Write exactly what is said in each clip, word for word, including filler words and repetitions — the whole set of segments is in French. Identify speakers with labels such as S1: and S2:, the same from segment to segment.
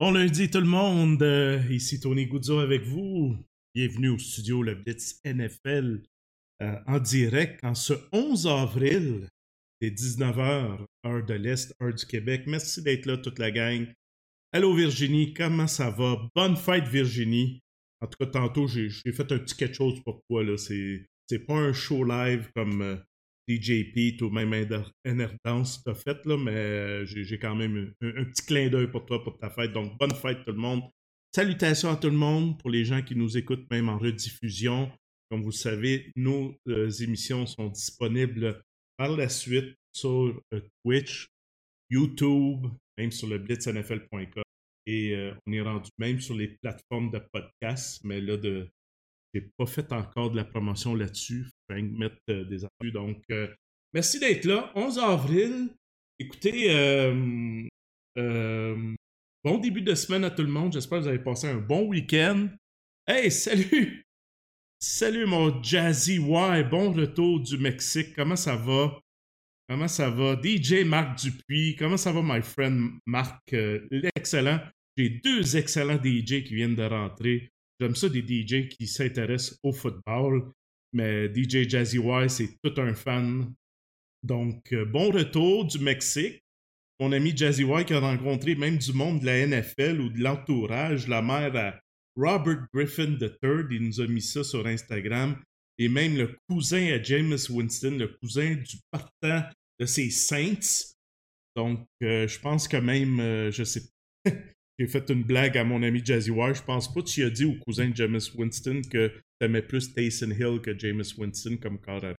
S1: Bon lundi tout le monde, euh, ici Tony Guzzo avec vous. Bienvenue au studio Le Blitz N F L euh, en direct en ce onze avril, dès dix-neuf heures, heure de l'Est, heure du Québec. Merci d'être là toute la gang. Allô Virginie, comment ça va? Bonne fête Virginie. En tout cas, tantôt, j'ai, j'ai fait un petit quelque chose pour toi. Là. C'est, c'est pas un show live comme euh, D J Pete ou même N R Dance t'as fait, là, mais euh, j'ai, j'ai quand même un, un petit clin d'œil pour toi, pour ta fête. Donc, bonne fête tout le monde. Salutations à tout le monde pour les gens qui nous écoutent même en rediffusion. Comme vous le savez, nos euh, émissions sont disponibles par la suite sur euh, Twitch, YouTube, même sur le blitz N F L point com. Et euh, on est rendu même sur les plateformes de podcast, mais là, de, j'ai pas fait encore de la promotion là-dessus. Il faut mettre euh, des affaires. Donc, euh, merci d'être là. onze avril. Écoutez, euh, euh, bon début de semaine à tout le monde. J'espère que vous avez passé un bon week-end. Hey, salut! Salut mon Jazzy Y. Bon retour du Mexique. Comment ça va? Comment ça va? D J Marc Dupuis. Comment ça va, my friend Marc? Euh, l'excellent. J'ai deux excellents D J qui viennent de rentrer. J'aime ça des D J qui s'intéressent au football. Mais D J Jazzy Y, c'est tout un fan. Donc, euh, bon retour du Mexique. Mon ami Jazzy Y qui a rencontré même du monde de la N F L ou de l'entourage. La mère à Robert Griffin the third, il nous a mis ça sur Instagram. Et même le cousin à Jameis Winston, le cousin du partant de ses Saints. Donc, euh, je pense que même, euh, je sais pas, j'ai fait une blague à mon ami Jazzy Y. Je pense pas que tu as dit au cousin de Jameis Winston que t'aimais plus Taysom Hill que Jameis Winston comme carré.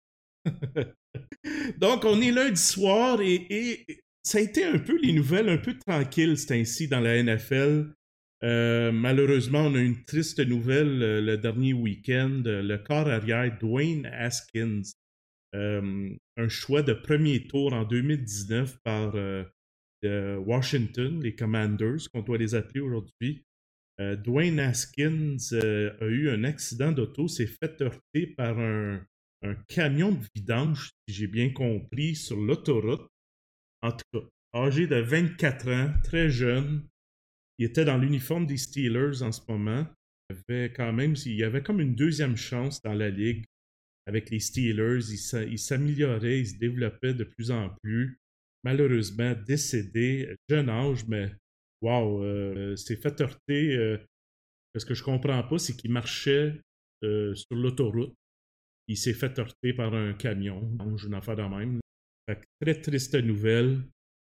S1: Donc, on est lundi soir et, et ça a été un peu les nouvelles un peu tranquilles, c'est ainsi, dans la N F L. Euh, malheureusement, on a une triste nouvelle euh, le dernier week-end. Euh, le corps arrière Dwayne Haskins, euh, un choix de premier tour en deux mille dix-neuf par euh, Washington, les Commanders, qu'on doit les appeler aujourd'hui. Euh, Dwayne Haskins euh, a eu un accident d'auto, s'est fait heurter par un, un camion de vidange, si j'ai bien compris, sur l'autoroute. En tout cas, âgé de vingt-quatre ans, très jeune. Il était dans l'uniforme des Steelers en ce moment. Il avait quand même, il y avait comme une deuxième chance dans la ligue avec les Steelers. Il, il s'améliorait, il se développait de plus en plus. Malheureusement, décédé, jeune âge, mais wow, euh, s'est fait heurter. Euh, ce que je comprends pas, c'est qu'il marchait euh, sur l'autoroute. Il s'est fait heurter par un camion. Donc, j'ai une affaire de même. Fait que très triste nouvelle.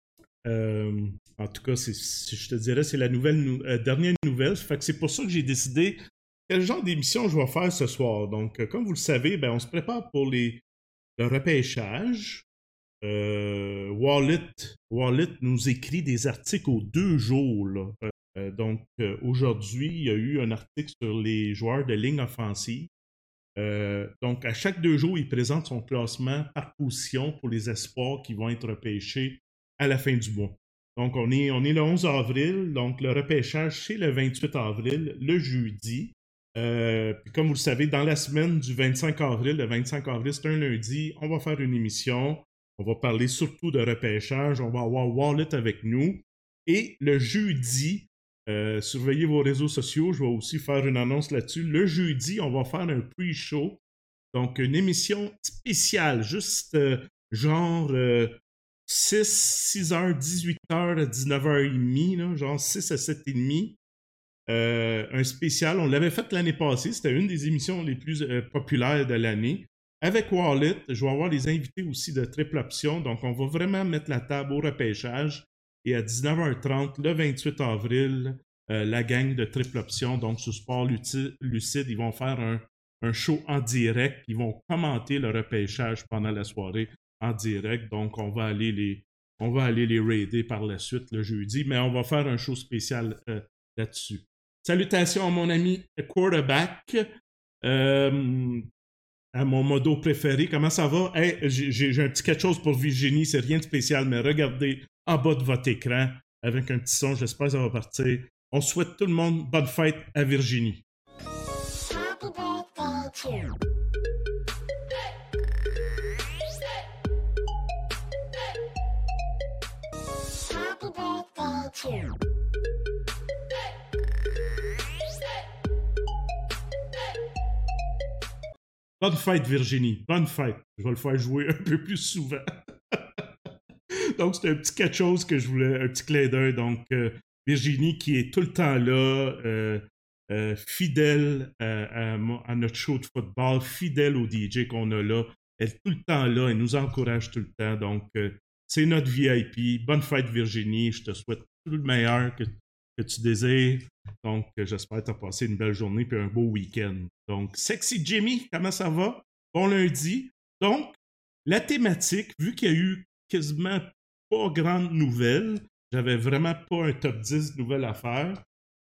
S1: Euh, en tout cas, c'est, c'est, je te dirais, c'est la nouvelle nou- euh, dernière nouvelle. Fait que c'est pour ça que j'ai décidé quel genre d'émission je vais faire ce soir. Donc, euh, comme vous le savez, ben, on se prépare pour les, le repêchage. Euh, Wallet, Wallet nous écrit des articles aux deux jours. Là. Euh, donc, euh, aujourd'hui, il y a eu un article sur les joueurs de ligne offensive. Euh, donc, à chaque deux jours, il présente son classement par position pour les espoirs qui vont être repêchés à la fin du mois. Donc, on est, on est le onze avril. Donc, le repêchage, c'est le vingt-huit avril, le jeudi. Euh, puis comme vous le savez, dans la semaine du vingt-cinq avril, le vingt-cinq avril, c'est un lundi, on va faire une émission. On va parler surtout de repêchage. On va avoir Wallet avec nous. Et le jeudi, euh, surveillez vos réseaux sociaux. Je vais aussi faire une annonce là-dessus. Le jeudi, on va faire un pre-show. Donc, une émission spéciale, juste euh, genre euh, six, six heures, dix-huit heures, dix-neuf heures trente, là, genre six à sept heures trente. Euh, un spécial, on l'avait fait l'année passée, c'était une des émissions les plus euh, populaires de l'année. Avec Wallet, je vais avoir les invités aussi de Triple Option, donc on va vraiment mettre la table au repêchage. Et à dix-neuf heures trente, le vingt-huit avril, euh, la gang de Triple Option, donc sur Sport Lucide, ils vont faire un, un show en direct, ils vont commenter le repêchage pendant la soirée en direct, donc on va aller les, on va aller les raider par la suite le jeudi, mais on va faire un show spécial euh, là-dessus. Salutations à mon ami quarterback, euh, à mon modo préféré. Comment ça va? Hey, j'ai, j'ai un petit quelque chose pour Virginie, c'est rien de spécial, mais regardez en bas de votre écran avec un petit son, j'espère que ça va partir. On souhaite tout le monde bonne fête à Virginie. Happy birthday to you. Happy birthday to you. Bonne fête, Virginie. Bonne fête. Je vais le faire jouer un peu plus souvent. Donc, c'est un petit quelque chose que je voulais, un petit clin d'œil. Donc, euh, Virginie qui est tout le temps là, euh, euh, fidèle à, à, à notre show de football, fidèle au D J qu'on a là. Elle est tout le temps là, elle nous encourage tout le temps. Donc, euh, c'est notre V I P. Bonne fête, Virginie. Je te souhaite tout le meilleur que, que tu désires. Donc, euh, j'espère que tu as passé une belle journée et un beau week-end. Donc, Sexy Jimmy, comment ça va? Bon lundi. Donc, la thématique, vu qu'il y a eu quasiment pas grande nouvelle, j'avais vraiment pas un top dix nouvelles à faire.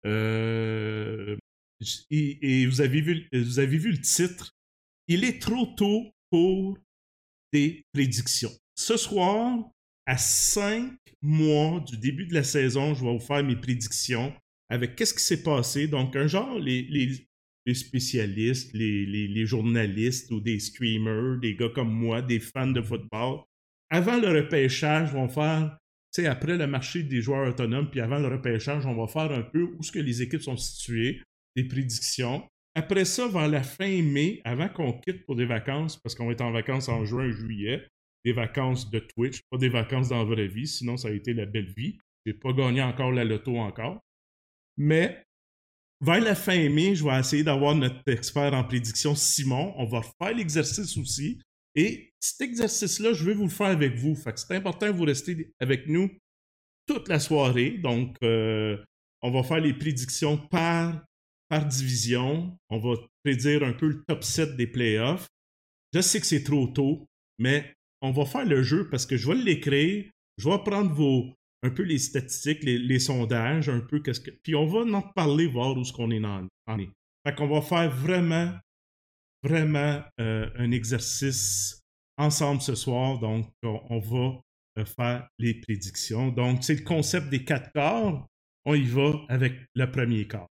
S1: Euh, et, et vous, avez vu, vous avez vu le titre. Il est trop tôt pour des prédictions. Ce soir, à cinq mois du début de la saison, je vais vous faire mes prédictions avec qu'est-ce qui s'est passé. Donc, un genre, les, les, les spécialistes, les, les, les journalistes ou des streamers, des gars comme moi, des fans de football, avant le repêchage, vont faire, tu sais, après le marché des joueurs autonomes, puis avant le repêchage, on va faire un peu où est-ce que les équipes sont situées, des prédictions. Après ça, vers la fin mai, avant qu'on quitte pour des vacances, parce qu'on va être en vacances en juin, juillet, des vacances de Twitch, pas des vacances dans la vraie vie, sinon ça a été la belle vie. J'ai pas gagné encore la loto encore. Mais vers la fin mai, je vais essayer d'avoir notre expert en prédiction, Simon. On va faire l'exercice aussi. Et cet exercice-là, je vais vous le faire avec vous. Fait que c'est important que vous restez avec nous toute la soirée. Donc, euh, on va faire les prédictions par, par division. On va prédire un peu le top sept des playoffs. Je sais que c'est trop tôt, mais on va faire le jeu parce que je vais l'écrire. Je vais prendre vos, un peu les statistiques, les, les sondages, un peu qu'est-ce que. Puis on va en parler, voir où est-ce qu'on est en, en est. Fait qu'on va faire vraiment, vraiment euh, un exercice ensemble ce soir. Donc, on, on va euh, faire les prédictions. Donc, c'est le concept des quatre quarts. On y va avec le premier quart.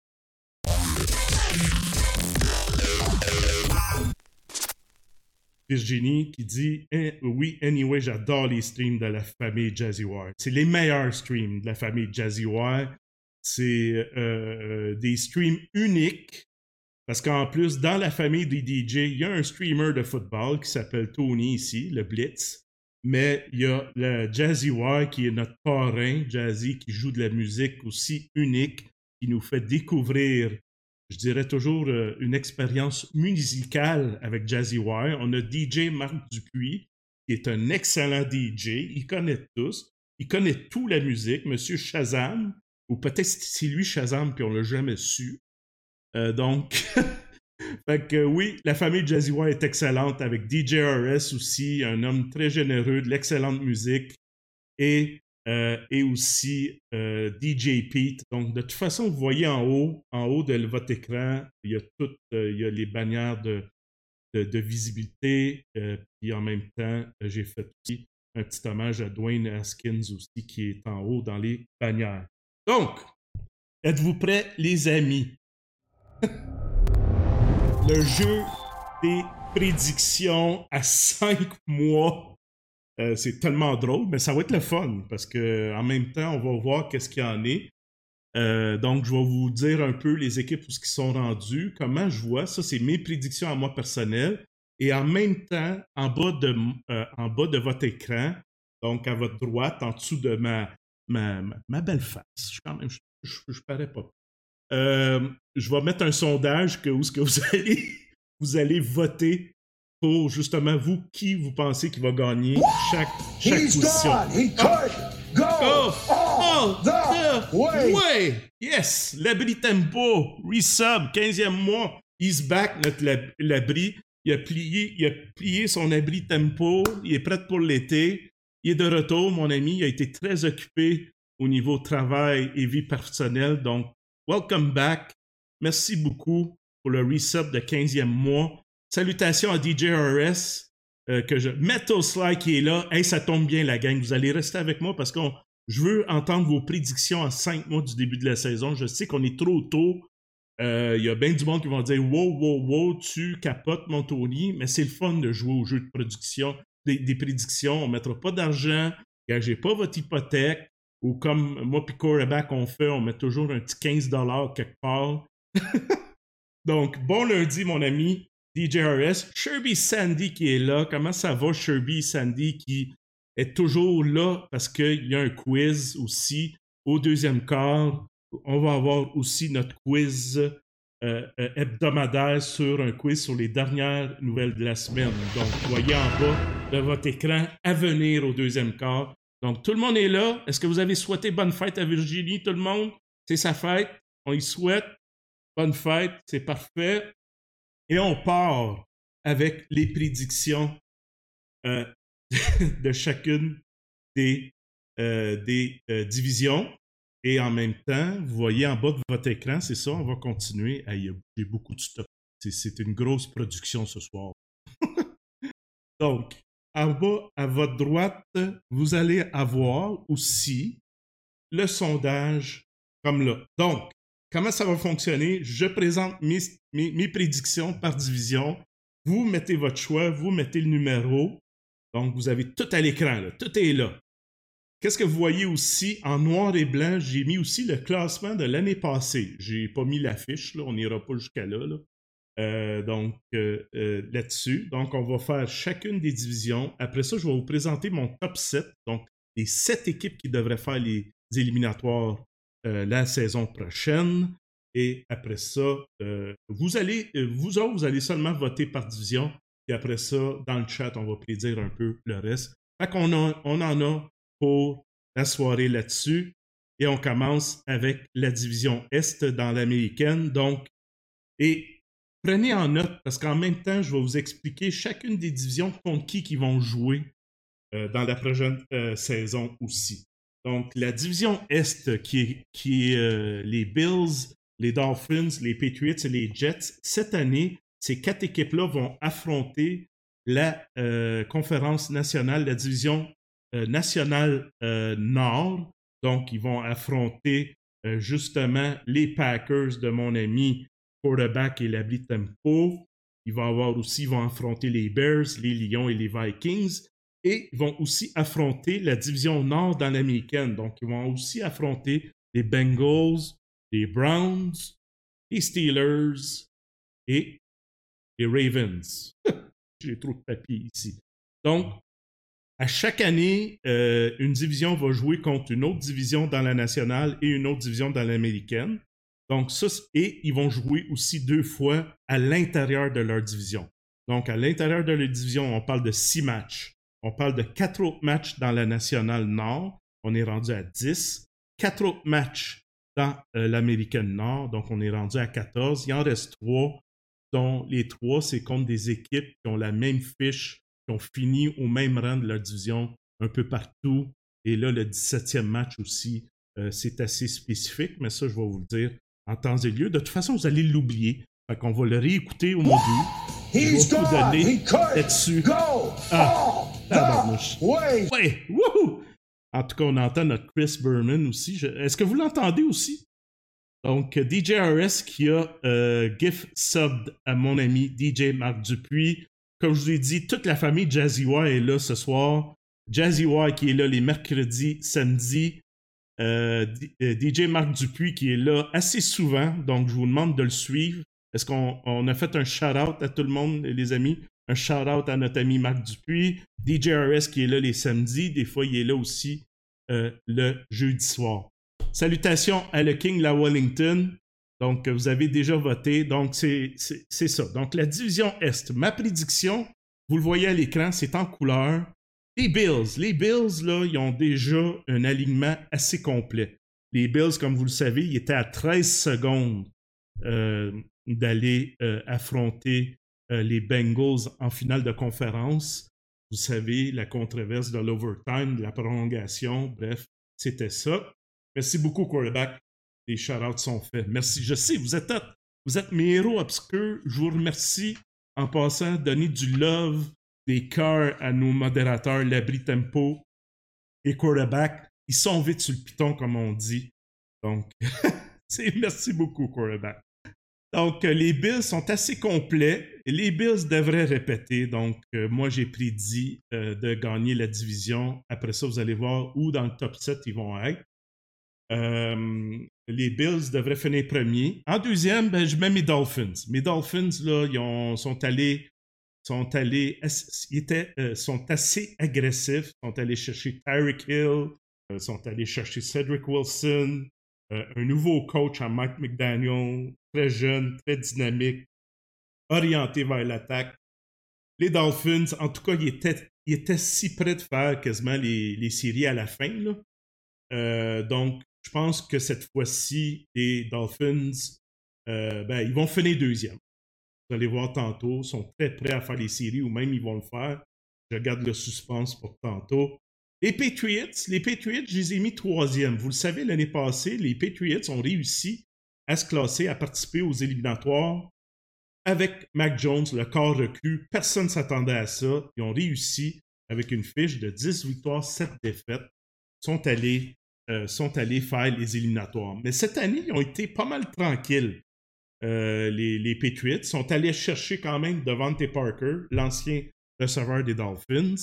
S1: Virginie qui dit eh, oui, anyway, j'adore les streams de la famille Jazzy Wire. C'est les meilleurs streams de la famille Jazzy Wire. C'est euh, des streams uniques parce qu'en plus, dans la famille des D J, il y a un streamer de football qui s'appelle Tony ici, le Blitz. Mais il y a le Jazzy Wire qui est notre parrain, Jazzy, qui joue de la musique aussi unique, qui nous fait découvrir, je dirais toujours, euh, une expérience musicale avec Jazzy Wire. On a D J Marc Dupuis, qui est un excellent D J. Il connaît tous. Il connaît tout la musique. Monsieur Shazam, ou peut-être c'est lui Shazam, puis on l'a jamais su. Euh, donc, fait que oui, la famille Jazzy Wire est excellente, avec D J R S aussi, un homme très généreux, de l'excellente musique. Et Euh, et aussi euh, D J Pete. Donc, de toute façon, vous voyez en haut, en haut de votre écran, il y a toutes, euh, il y a les bannières de, de, de visibilité. Euh, puis en même temps, euh, j'ai fait aussi un petit hommage à Dwayne Haskins aussi, qui est en haut dans les bannières. Donc, êtes-vous prêts, les amis? Le jeu des prédictions à cinq mois. Euh, c'est tellement drôle, mais ça va être le fun parce qu'en même temps, on va voir qu'est-ce qu'il y en est. Euh, donc, je vais vous dire un peu les équipes où ils sont rendus, comment je vois. Ça, c'est mes prédictions à moi personnelles. Et en même temps, en bas de, euh, en bas de votre écran, donc à votre droite, en dessous de ma, ma, ma, ma belle face, je, quand même, je, je, je parais pas. Euh, je vais mettre un sondage que, où est-ce que vous allez, vous allez voter pour justement vous, qui vous pensez qui va gagner chaque, chaque
S2: He's
S1: position.
S2: gone. He could go
S1: Oh,
S2: all
S1: oh,
S2: the
S1: the
S2: way.
S1: way. Yes, l'abri tempo, resub, quinzième mois, he's back, notre lab- l'abri. Il a plié, il a plié son abri tempo, il est prêt pour l'été. Il est de retour, mon ami. Il a été très occupé au niveau travail et vie personnelle. Donc, welcome back. Merci beaucoup pour le resub de quinzième mois. Salutations à D J R S, euh, que je... Metal Sly qui est là. Hey, ça tombe bien, la gang. Vous allez rester avec moi parce que je veux entendre vos prédictions à cinq mois du début de la saison. Je sais qu'on est trop tôt. Il euh, y a bien du monde qui vont dire « Wow, wow, wow, tu capotes, mon Tony. » Mais c'est le fun de jouer au jeu de production, des, des prédictions. On ne mettra pas d'argent. Gagez pas votre hypothèque. Ou comme moi et Quarterback on fait, on met toujours un petit quinze dollars quelque part. Donc, bon lundi, mon ami. D J R S, Sherby Sandy qui est là. Comment ça va, Sherby Sandy qui est toujours là parce qu'il y a un quiz aussi au deuxième quart. On va avoir aussi notre quiz euh, euh, hebdomadaire sur un quiz sur les dernières nouvelles de la semaine. Donc, voyez en bas de votre écran à venir au deuxième quart. Donc, tout le monde est là. Est-ce que vous avez souhaité bonne fête à Virginie, tout le monde? C'est sa fête. On y souhaite. Bonne fête. C'est parfait. Et on part avec les prédictions euh, de chacune des, euh, des euh, divisions. Et en même temps, vous voyez en bas de votre écran, c'est ça, on va continuer. Ah, j'ai beaucoup de stock. C'est une grosse production ce soir. Donc, en bas à votre droite, vous allez avoir aussi le sondage comme là. Donc, comment ça va fonctionner? Je présente mes, mes, mes prédictions par division. Vous mettez votre choix, vous mettez le numéro. Donc, vous avez tout à l'écran, là. Tout est là. Qu'est-ce que vous voyez aussi en noir et blanc? J'ai mis aussi le classement de l'année passée. J'ai pas mis l'affiche, là. On n'ira pas jusqu'à là, là. Euh, donc, euh, euh, là-dessus. Donc, on va faire chacune des divisions. Après ça, je vais vous présenter mon top sept. Donc, les sept équipes qui devraient faire les éliminatoires euh, la saison prochaine. Et après ça, euh, vous allez, euh, vous autres, vous allez seulement voter par division. Et après ça, dans le chat, on va prédire un peu le reste. Fait qu'on a, on en a pour la soirée là-dessus. Et on commence avec la division Est dans l'américaine. Donc, et prenez en note, parce qu'en même temps, je vais vous expliquer chacune des divisions contre qui qui vont jouer euh, dans la prochaine euh, saison aussi. Donc, la division Est, qui est, qui est euh, les Bills, les Dolphins, les Patriots et les Jets, cette année, ces quatre équipes-là vont affronter la euh, conférence nationale, la division euh, nationale euh, Nord. Donc, ils vont affronter euh, justement les Packers de mon ami quarterback et l'abli tempo. Ils vont avoir aussi, ils vont affronter les Bears, les Lions et les Vikings. Et ils vont aussi affronter la division Nord dans l'américaine. Donc, ils vont aussi affronter les Bengals, les Browns, les Steelers et les Ravens. J'ai trop de papier ici. Donc, à chaque année, euh, une division va jouer contre une autre division dans la nationale et une autre division dans l'américaine. Donc, ça, et ils vont jouer aussi deux fois à l'intérieur de leur division. Donc, à l'intérieur de leur division, on parle de six matchs. On parle de quatre autres matchs dans la nationale Nord. On est rendu à dix. Quatre autres matchs dans euh, l'américaine Nord. Donc, on est rendu à quatorze. Il en reste trois. dont les trois, c'est contre des équipes qui ont la même fiche, qui ont fini au même rang de leur division un peu partout. Et là, le dix-septième match aussi, euh, c'est assez spécifique, mais ça, je vais vous le dire en temps et lieu. De toute façon, vous allez l'oublier. Fait qu'on va le réécouter au mois d'août. Je vais vous donner là-dessus. Ah, tabarnouche. Ouais, wouhou! En tout cas, on entend notre Chris Berman aussi. Je... Est-ce que vous l'entendez aussi? Donc, D J R S qui a euh, gift subbed à mon ami D J Marc Dupuis. Comme je vous ai dit, toute la famille Jazzy Y est là ce soir. Jazzy Y qui est là les mercredis, samedis. Euh, D J Marc Dupuis qui est là assez souvent. Donc, je vous demande de le suivre. Est-ce qu'on on a fait un shout-out à tout le monde, les amis? Un shout-out à notre ami Marc Dupuis. D J R S qui est là les samedis. Des fois, il est là aussi euh, le jeudi soir. Salutations à le King La Wellington. Donc, vous avez déjà voté. Donc, c'est ça. Donc, la division Est. Ma prédiction, vous le voyez à l'écran, c'est en couleur. Les Bills. Les Bills, là, ils ont déjà un alignement assez complet. Les Bills, comme vous le savez, ils étaient à treize secondes euh, d'aller euh, affronter euh, les Bengals en finale de conférence. Vous savez, la controverse de l'overtime, de la prolongation, bref, c'était ça. Merci beaucoup, quarterback. Les shout-outs sont faits. Merci. Je sais, vous êtes, vous êtes mes héros obscurs. Je vous remercie en passant. Donner du love, des cœurs à nos modérateurs, l'abri tempo et quarterback. Ils sont vite sur le piton, comme on dit. Donc, merci beaucoup, quarterback. Donc, euh, les Bills sont assez complets. Les Bills devraient répéter. Donc, euh, moi, j'ai prédit euh, de gagner la division. Après ça, vous allez voir où dans le top sept ils vont être. Euh, les Bills devraient finir premier. En deuxième, ben, je mets mes Dolphins. Mes Dolphins, là, ils ont, sont allés, sont allés, ils étaient, euh, sont assez agressifs. Ils sont allés chercher Tyreek Hill, euh, sont allés chercher Cedric Wilson, euh, un nouveau coach en Mike McDaniel, très jeune, très dynamique, orienté vers l'attaque. Les Dolphins, en tout cas, ils étaient, ils étaient si près de faire quasiment les, les séries à la fin, là. Euh, donc, je pense que cette fois-ci, les Dolphins, euh, ben, ils vont finir deuxième. Vous allez voir tantôt, ils sont très prêts à faire les séries ou même ils vont le faire. Je garde le suspense pour tantôt. Les Patriots, les Patriots, je les ai mis troisième. Vous le savez, l'année passée, les Patriots ont réussi à se classer, à participer aux éliminatoires avec Mac Jones, le corps recru. Personne ne s'attendait à ça. Ils ont réussi avec une fiche de dix victoires, sept défaites. Sont allés Euh, sont allés faire les éliminatoires. Mais cette année, ils ont été pas mal tranquilles. Euh, les, les Patriots sont allés chercher quand même Devontae Parker, l'ancien receveur des Dolphins.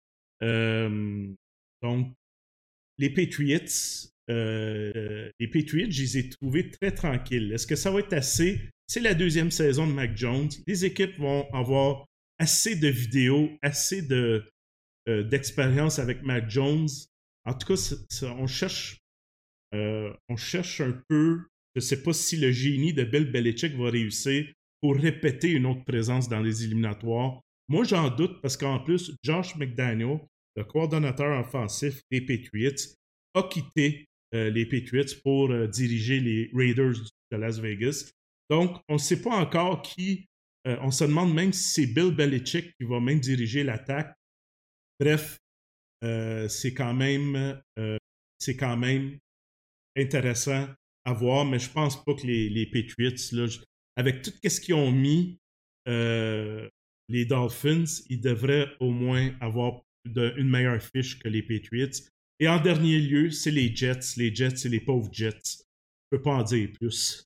S1: Euh, donc, les Patriots, euh, les Patriots, je les ai trouvés très tranquilles. Est-ce que ça va être assez? C'est la deuxième saison de Mac Jones. Les équipes vont avoir assez de vidéos, assez de, euh, d'expérience avec Mac Jones. En tout cas, c'est, c'est, on cherche euh, on cherche un peu, je ne sais pas si le génie de Bill Belichick va réussir pour répéter une autre présence dans les éliminatoires. Moi, j'en doute parce qu'en plus, Josh McDaniel, le coordonnateur offensif des Patriots, a quitté euh, les Patriots pour euh, diriger les Raiders de Las Vegas. Donc, on ne sait pas encore qui. Euh, on se demande même si c'est Bill Belichick qui va même diriger l'attaque. Bref, euh, c'est quand même, euh, c'est quand même intéressant à voir, mais je pense pas que les, les Patriots, là, je, avec tout ce qu'ils ont mis, euh, les Dolphins, ils devraient au moins avoir de, une meilleure fiche que les Patriots. Et en dernier lieu, c'est les Jets. Les Jets, c'est les pauvres Jets. Je peux pas en dire plus.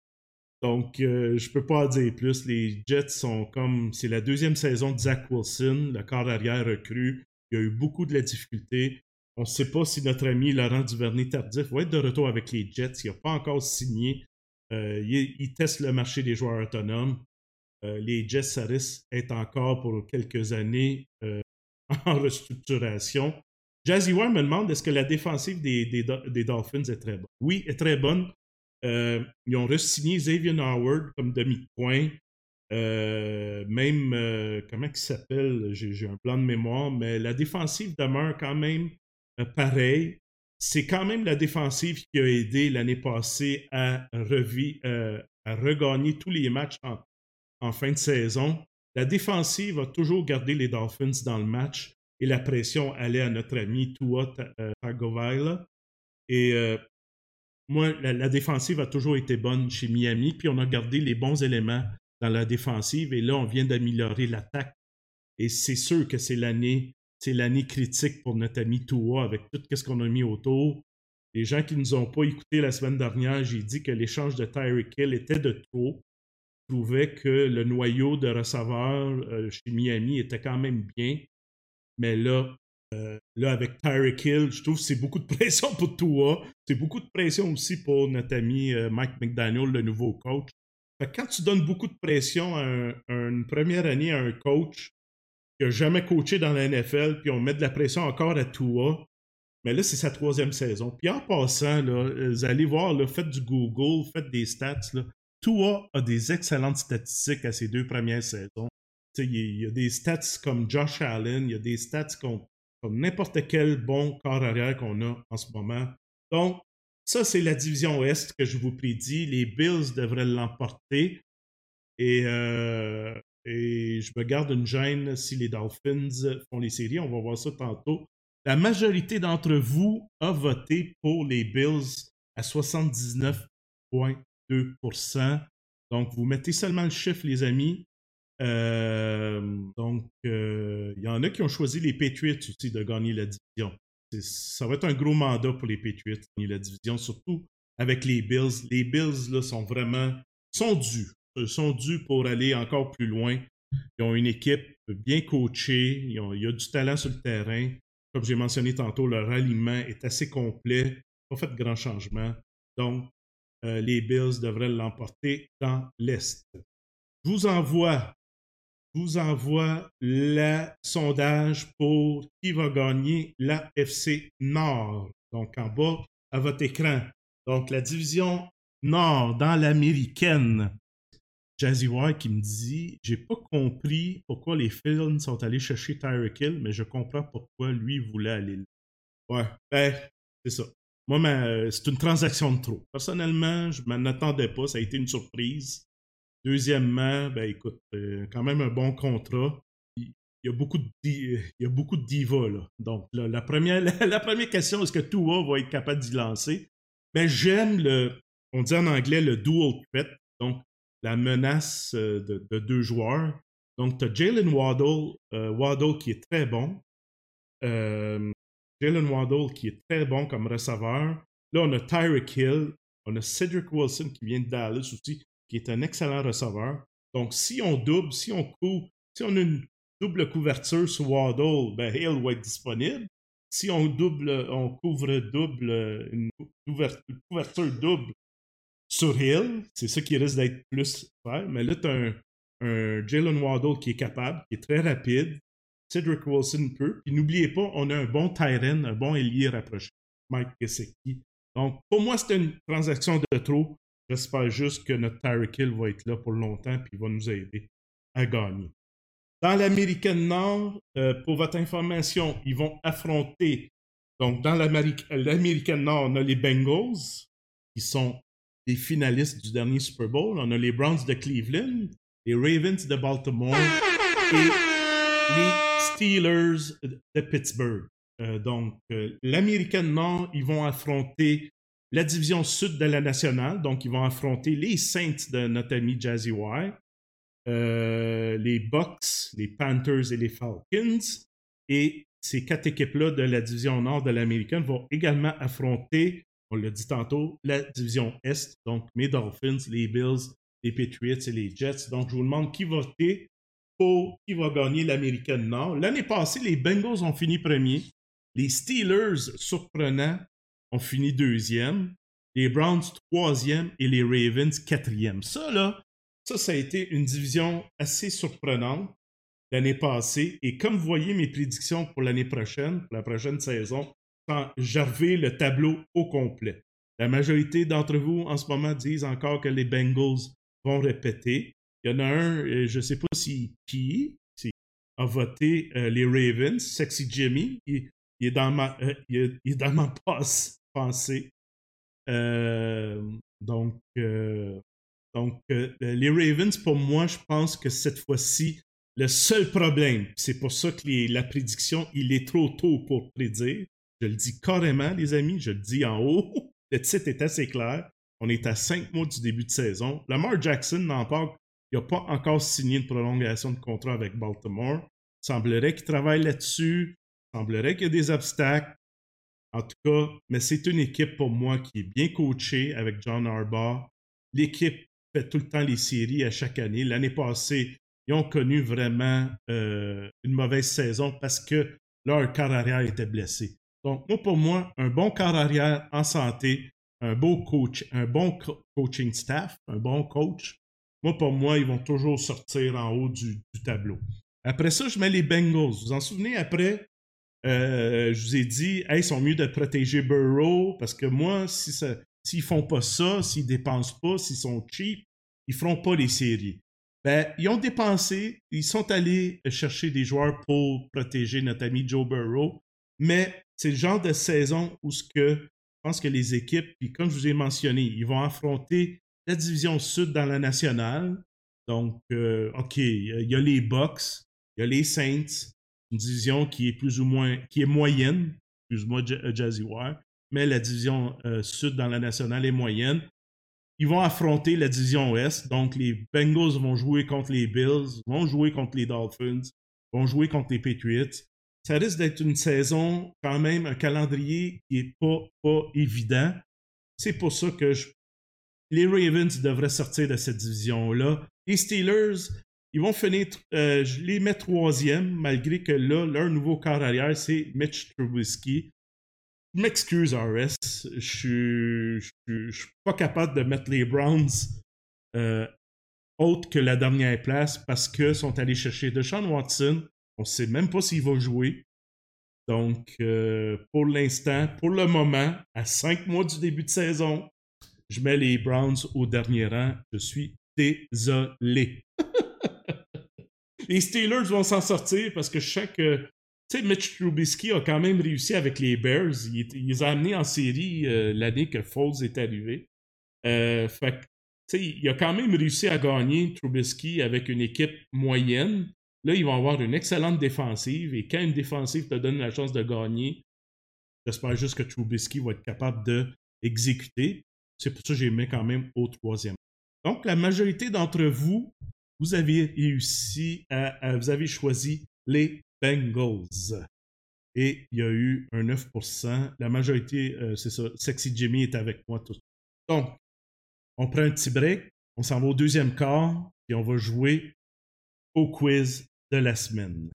S1: Donc, euh, je peux pas en dire plus. Les Jets sont comme... C'est la deuxième saison de Zach Wilson, le corps arrière recru. Il y a eu beaucoup de la difficulté. On ne sait pas si notre ami Laurent Duvernay-Tardif va être de retour avec les Jets. Il n'a pas encore signé. Euh, il, il, teste le marché des joueurs autonomes. Euh, les Jets, ça risque d'être encore pour quelques années euh, en restructuration. Jazzy Ware me demande est-ce que la défensive des, des, des Dolphins est très bonne? Oui, est très bonne. Euh, ils ont re-signé Xavier Howard comme demi-point. Euh, même, euh, comment il s'appelle? J'ai, j'ai un plan de mémoire, mais la défensive demeure quand même euh, pareille. C'est quand même la défensive qui a aidé l'année passée à, revi, euh, à regagner tous les matchs en, en fin de saison. La défensive a toujours gardé les Dolphins dans le match et la pression allait à notre ami Tua Tagovailoa. Et euh, moi, la, la défensive a toujours été bonne chez Miami, puis on a gardé les bons éléments dans la défensive, et là, on vient d'améliorer l'attaque. Et c'est sûr que c'est l'année, c'est l'année critique pour notre ami Tua, avec tout ce qu'on a mis autour. Les gens qui ne nous ont pas écoutés la semaine dernière, j'ai dit que l'échange de Tyreek Hill était de trop. Je trouvais que le noyau de receveurs euh, chez Miami était quand même bien. Mais là, euh, là, avec Tyreek Hill, je trouve que c'est beaucoup de pression pour Tua. C'est beaucoup de pression aussi pour notre ami euh, Mike McDaniel, le nouveau coach. Fait que quand tu donnes beaucoup de pression à, un, à une première année à un coach qui n'a jamais coaché dans la N F L, puis on met de la pression encore à Tua, mais là, c'est sa troisième saison. Puis en passant, là, vous allez voir, là, faites du Google, faites des stats. Là. Tua a des excellentes statistiques à ses deux premières saisons. Il y, y a des stats comme Josh Allen, il y a des stats comme, comme n'importe quel bon corps arrière qu'on a en ce moment. Donc, ça, c'est la division Ouest que je vous prédis. Les Bills devraient l'emporter. Et, euh, et je me garde une gêne si les Dolphins font les séries. On va voir ça tantôt. La majorité d'entre vous a voté pour les Bills à soixante-dix-neuf virgule deux pour cent. Donc, vous mettez seulement le chiffre, les amis. Euh, donc, il euh, y en a qui ont choisi les Patriots aussi de gagner la division. C'est, ça va être un gros mandat pour les Patriots de gagner la division, surtout avec les Bills. Les Bills là, sont vraiment sont dus. sont dus pour aller encore plus loin. Ils ont une équipe bien coachée. Ils ont, il y a du talent sur le terrain. Comme j'ai mentionné tantôt, leur alignement est assez complet. Pas fait de grands changements. Donc, euh, les Bills devraient l'emporter dans l'Est. Je vous envoie, je vous envoie le sondage pour qui va gagner la F C Nord. Donc, en bas, à votre écran. Donc, la division Nord dans l'américaine. Jazzy White qui me dit « J'ai pas compris pourquoi les Phils sont allés chercher Tyreek Hill, mais je comprends pourquoi lui voulait aller là. » Ouais, ben, c'est ça. Moi, ma, c'est une transaction de trop. Personnellement, je m'en attendais pas. Ça a été une surprise. Deuxièmement, ben écoute, euh, quand même un bon contrat. Il y a beaucoup de, il y a beaucoup de divas, là. Donc, là, la, première, la, la première question, est-ce que Tua va être capable d'y lancer? Ben, j'aime le, on dit en anglais, le dual threat. Donc, la menace euh, de, de deux joueurs. Donc, tu as Jalen Waddle, euh, Waddle qui est très bon. Euh, Jalen Waddle qui est très bon comme receveur. Là, on a Tyreek Hill. On a Cedric Wilson qui vient de Dallas aussi, qui est un excellent receveur. Donc, si on double, si on couvre, si on a une double couverture sur Waddle, ben Hill va être disponible. Si on double, on couvre double, une couverture double sur Hill, c'est ça qui risque d'être plus faire. Mais là, tu as un, un Jalen Waddle qui est capable, qui est très rapide. Cedric Wilson peut. Puis n'oubliez pas, on a un bon tight end, un bon ailier rapproché, Mike Gesicki. Donc, pour moi, c'est une transaction de trop. J'espère juste que notre Tyreek Hill va être là pour longtemps et va nous aider à gagner. Dans l'Américaine Nord, euh, pour votre information, ils vont affronter. Donc, dans l'Américaine Nord, on a les Bengals, qui sont les finalistes du dernier Super Bowl. On a les Browns de Cleveland, les Ravens de Baltimore et les Steelers de Pittsburgh. Euh, donc, euh, l'Américaine Nord, ils vont affronter la division sud de la nationale. Donc, ils vont affronter les Saints de notre ami Jazzy White, euh, les Bucks, les Panthers et les Falcons. Et ces quatre équipes-là de la division nord de l'Américaine vont également affronter, on l'a dit tantôt, la division est. Donc, mes Dolphins, les Bills, les Patriots et les Jets. Donc, je vous demande qui voter pour qui va gagner l'Américaine Nord. L'année passée, les Bengals ont fini premier. Les Steelers, surprenants, ont fini deuxième. Les Browns, troisième. Et les Ravens, quatrième. Ça, là, ça, ça a été une division assez surprenante l'année passée. Et comme vous voyez mes prédictions pour l'année prochaine, pour la prochaine saison, quand je reviens le tableau au complet. La majorité d'entre vous, en ce moment, disent encore que les Bengals vont répéter. Il y en a un, je ne sais pas si qui si, a voté euh, les Ravens, Sexy Jimmy. Il, il, est, dans ma, euh, il, est, il est dans ma passe, pensée. Euh, donc, euh, donc euh, les Ravens, pour moi, je pense que cette fois-ci, le seul problème, c'est pour ça que les, la prédiction, il est trop tôt pour prédire. Je le dis carrément, les amis, je le dis en haut. Le titre est assez clair. On est à cinq mois du début de saison. Lamar Jackson n'a pas, il n'a pas encore signé une prolongation de contrat avec Baltimore. Il semblerait qu'il travaille là-dessus. Il semblerait qu'il y a des obstacles. En tout cas, mais c'est une équipe pour moi qui est bien coachée avec John Harbaugh. L'équipe fait tout le temps les séries à chaque année. L'année passée, ils ont connu vraiment euh, une mauvaise saison parce que leur quart arrière était blessé. Donc, moi, pour moi, un bon quart arrière en santé, un beau coach, un bon co- coaching staff, un bon coach, moi, pour moi, ils vont toujours sortir en haut du, du tableau. Après ça, je mets les Bengals. Vous vous en souvenez, après, euh, je vous ai dit, hey, ils sont mieux de protéger Burrow parce que moi, si ça, s'ils font pas ça, s'ils dépensent pas, s'ils sont cheap, ils feront pas les séries. Ben, ils ont dépensé, ils sont allés chercher des joueurs pour protéger notre ami Joe Burrow, mais c'est le genre de saison où ce que je pense que les équipes, puis comme je vous ai mentionné, ils vont affronter la division sud dans la nationale. Donc, euh, OK, il y a les Bucks, il y a les Saints, une division qui est plus ou moins, qui est moyenne, excuse-moi, Jazzy Wire, mais la division euh, sud dans la nationale est moyenne. Ils vont affronter la division ouest, donc les Bengals vont jouer contre les Bills, vont jouer contre les Dolphins, vont jouer contre les Patriots. Ça risque d'être une saison, quand même, un calendrier qui n'est pas, pas évident. C'est pour ça que je... les Ravens devraient sortir de cette division-là. Les Steelers, ils vont finir, euh, je les mets troisième, malgré que là, leur nouveau quart arrière, c'est Mitch Trubisky. je m'excuse, R S. Je suis, je suis, je suis pas capable de mettre les Browns euh, autre que la dernière place parce qu'ils sont allés chercher Deshaun Watson. On ne sait même pas s'il va jouer. Donc, euh, pour l'instant, pour le moment, à cinq mois du début de saison, je mets les Browns au dernier rang. Je suis désolé. Les Steelers vont s'en sortir parce que je sais que, tu sais, Mitch Trubisky a quand même réussi avec les Bears. Il, il les a amenés en série euh, l'année que Foles est arrivé. Euh, fait que, tu sais, il a quand même réussi à gagner Trubisky avec une équipe moyenne. Là, ils vont avoir une excellente défensive. Et quand une défensive te donne la chance de gagner, j'espère juste que Trubisky va être capable d'exécuter. C'est pour ça que j'ai mis quand même au troisième. Donc, la majorité d'entre vous, vous avez réussi à, à vous avez choisi les Bengals. Et il y a eu un neuf pour cent. La majorité, euh, c'est ça. Sexy Jimmy est avec moi tout. Donc, on prend un petit break. On s'en va au deuxième quart. Et on va jouer au quiz de la semaine.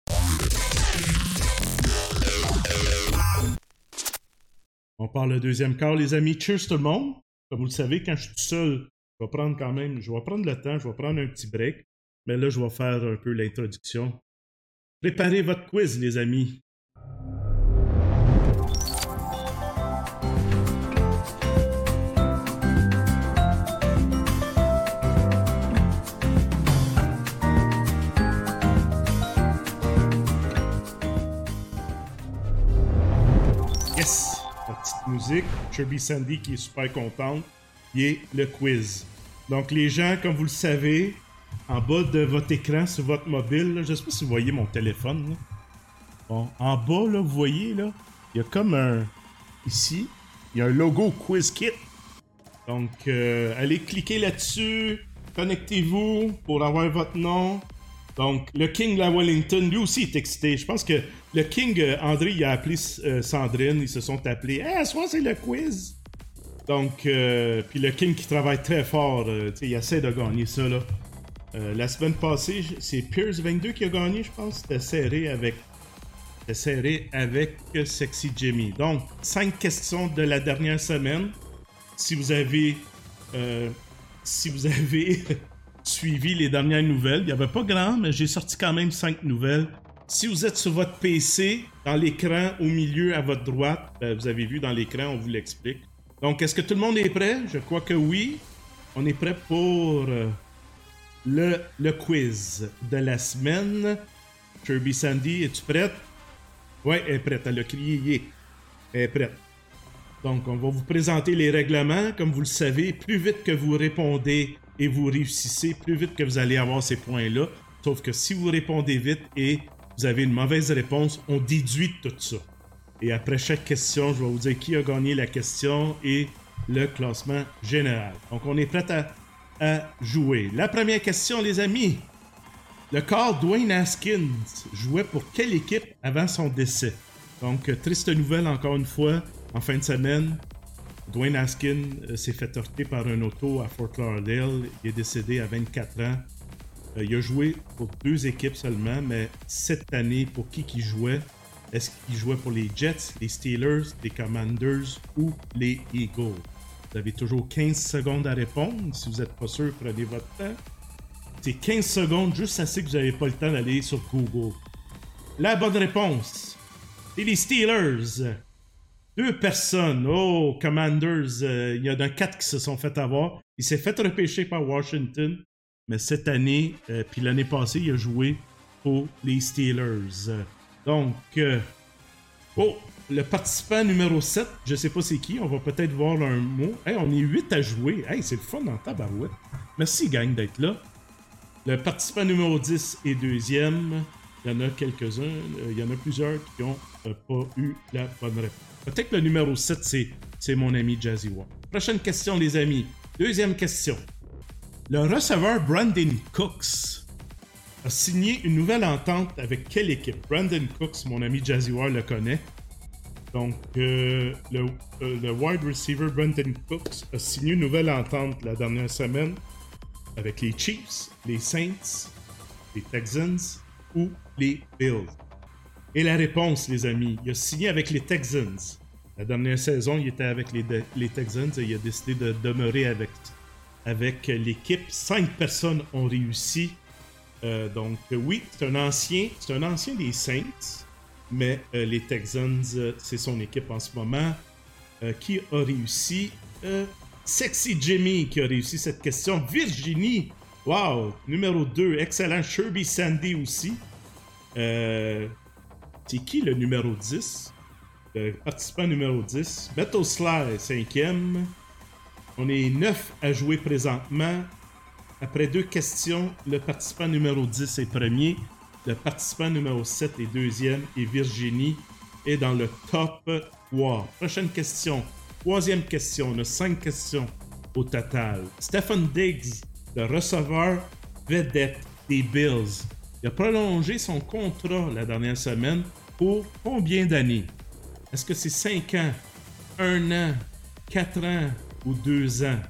S1: On part le deuxième quart, les amis. Cheers tout le monde. Comme vous le savez, quand je suis tout seul, je vais prendre quand même, je vais prendre le temps, je vais prendre un petit break. Mais là, je vais faire un peu l'introduction. Préparez votre quiz, les amis. Yes! La petite musique. Chirby Sandy qui est super contente. Et le quiz. Donc, les gens, comme vous le savez, en bas de votre écran sur votre mobile, là, je ne sais pas si vous voyez mon téléphone. Là. Bon, en bas, là, vous voyez, là, il y a comme un... Ici, il y a un logo Quiz Kit. Donc, euh, allez cliquer là-dessus. Connectez-vous pour avoir votre nom. Donc, le King de la Wellington, lui aussi est excité. Je pense que le King, euh, André, il a appelé euh, Sandrine. Ils se sont appelés. « Ah, soit c'est le quiz! » Donc, euh, puis le King qui travaille très fort, euh, tu sais, il essaie de gagner ça, là. Euh, la semaine passée, c'est Pierce vingt-deux qui a gagné, je pense. C'était serré avec... C'était serré avec Sexy Jimmy. Donc, cinq questions de la dernière semaine. Si vous avez... Euh, si vous avez suivi les dernières nouvelles, il n'y avait pas grand, mais j'ai sorti quand même cinq nouvelles. Si vous êtes sur votre P C, dans l'écran, au milieu, à votre droite, ben, vous avez vu dans l'écran, on vous l'explique. Donc, est-ce que tout le monde est prêt? Je crois que oui. On est prêt pour euh, le, le quiz de la semaine. Kirby Sandy, es-tu prête? Oui, elle est prête. Elle a crié « yeah ». Elle est prête. Donc, on va vous présenter les règlements. Comme vous le savez, plus vite que vous répondez et vous réussissez, plus vite que vous allez avoir ces points-là. Sauf que si vous répondez vite et vous avez une mauvaise réponse, on déduit tout ça. Et après chaque question, je vais vous dire qui a gagné la question et le classement général. Donc, on est prêt à, à jouer. La première question, les amis. Le corps Dwayne Haskins jouait pour quelle équipe avant son décès? Donc, triste nouvelle encore une fois. En fin de semaine, Dwayne Haskins euh, s'est fait heurter par un auto à Fort Lauderdale. Il est décédé à vingt-quatre ans. Euh, il a joué pour deux équipes seulement, mais cette année, pour qui qu'il jouait? Est-ce qu'il jouait pour les Jets, les Steelers, les Commanders ou les Eagles? Vous avez toujours quinze secondes à répondre. Si vous n'êtes pas sûr, prenez votre temps. C'est quinze secondes, juste assez que vous n'avez pas le temps d'aller sur Google. La bonne réponse, c'est les Steelers. Deux personnes. Oh, Commanders, euh, il y en a quatre qui se sont fait avoir. Il s'est fait repêcher par Washington, mais cette année, euh, puis l'année passée, il a joué pour les Steelers. Donc, euh, oh, le participant numéro sept, je sais pas c'est qui, on va peut-être voir un mot. Hey, on est huit à jouer. Hey, c'est le fun en tabarouette. Merci, gang, d'être là. Le participant numéro dix est deuxième. Il y en a quelques-uns, euh, il y en a plusieurs qui n'ont euh, pas eu la bonne réponse. Peut-être que le numéro sept, c'est, c'est mon ami Jazzy War. Prochaine question, les amis. Deuxième question. Le receveur Brandon Cooks a signé une nouvelle entente avec quelle équipe? Brandon Cooks, mon ami Jazzy War le connaît. Donc, euh, le, euh, le wide receiver Brandon Cooks a signé une nouvelle entente la dernière semaine avec les Chiefs, les Saints, les Texans ou les Bills. Et la réponse, les amis, il a signé avec les Texans. La dernière saison, il était avec les, de- les Texans et il a décidé de demeurer avec, avec l'équipe. Cinq personnes ont réussi. Euh, donc, euh, oui, c'est un ancien, c'est un ancien des Saints, mais euh, les Texans, euh, c'est son équipe en ce moment. Euh, qui a réussi? Euh, Sexy Jimmy qui a réussi cette question. Virginie, wow, numéro deux, excellent. Sherby Sandy aussi. Euh, c'est qui le numéro dix? Le participant numéro dix. Beto Sly, cinquième. On est neuf à jouer présentement. Après deux questions, le participant numéro dix est premier. Le participant numéro sept est deuxième. Et Virginie est dans le top trois. Prochaine question. Troisième question. On a cinq questions au total. Stephen Diggs, le receveur vedette des Bills. Il a prolongé son contrat la dernière semaine pour combien d'années? Est-ce que c'est cinq ans, un an, quatre ans ou deux ans?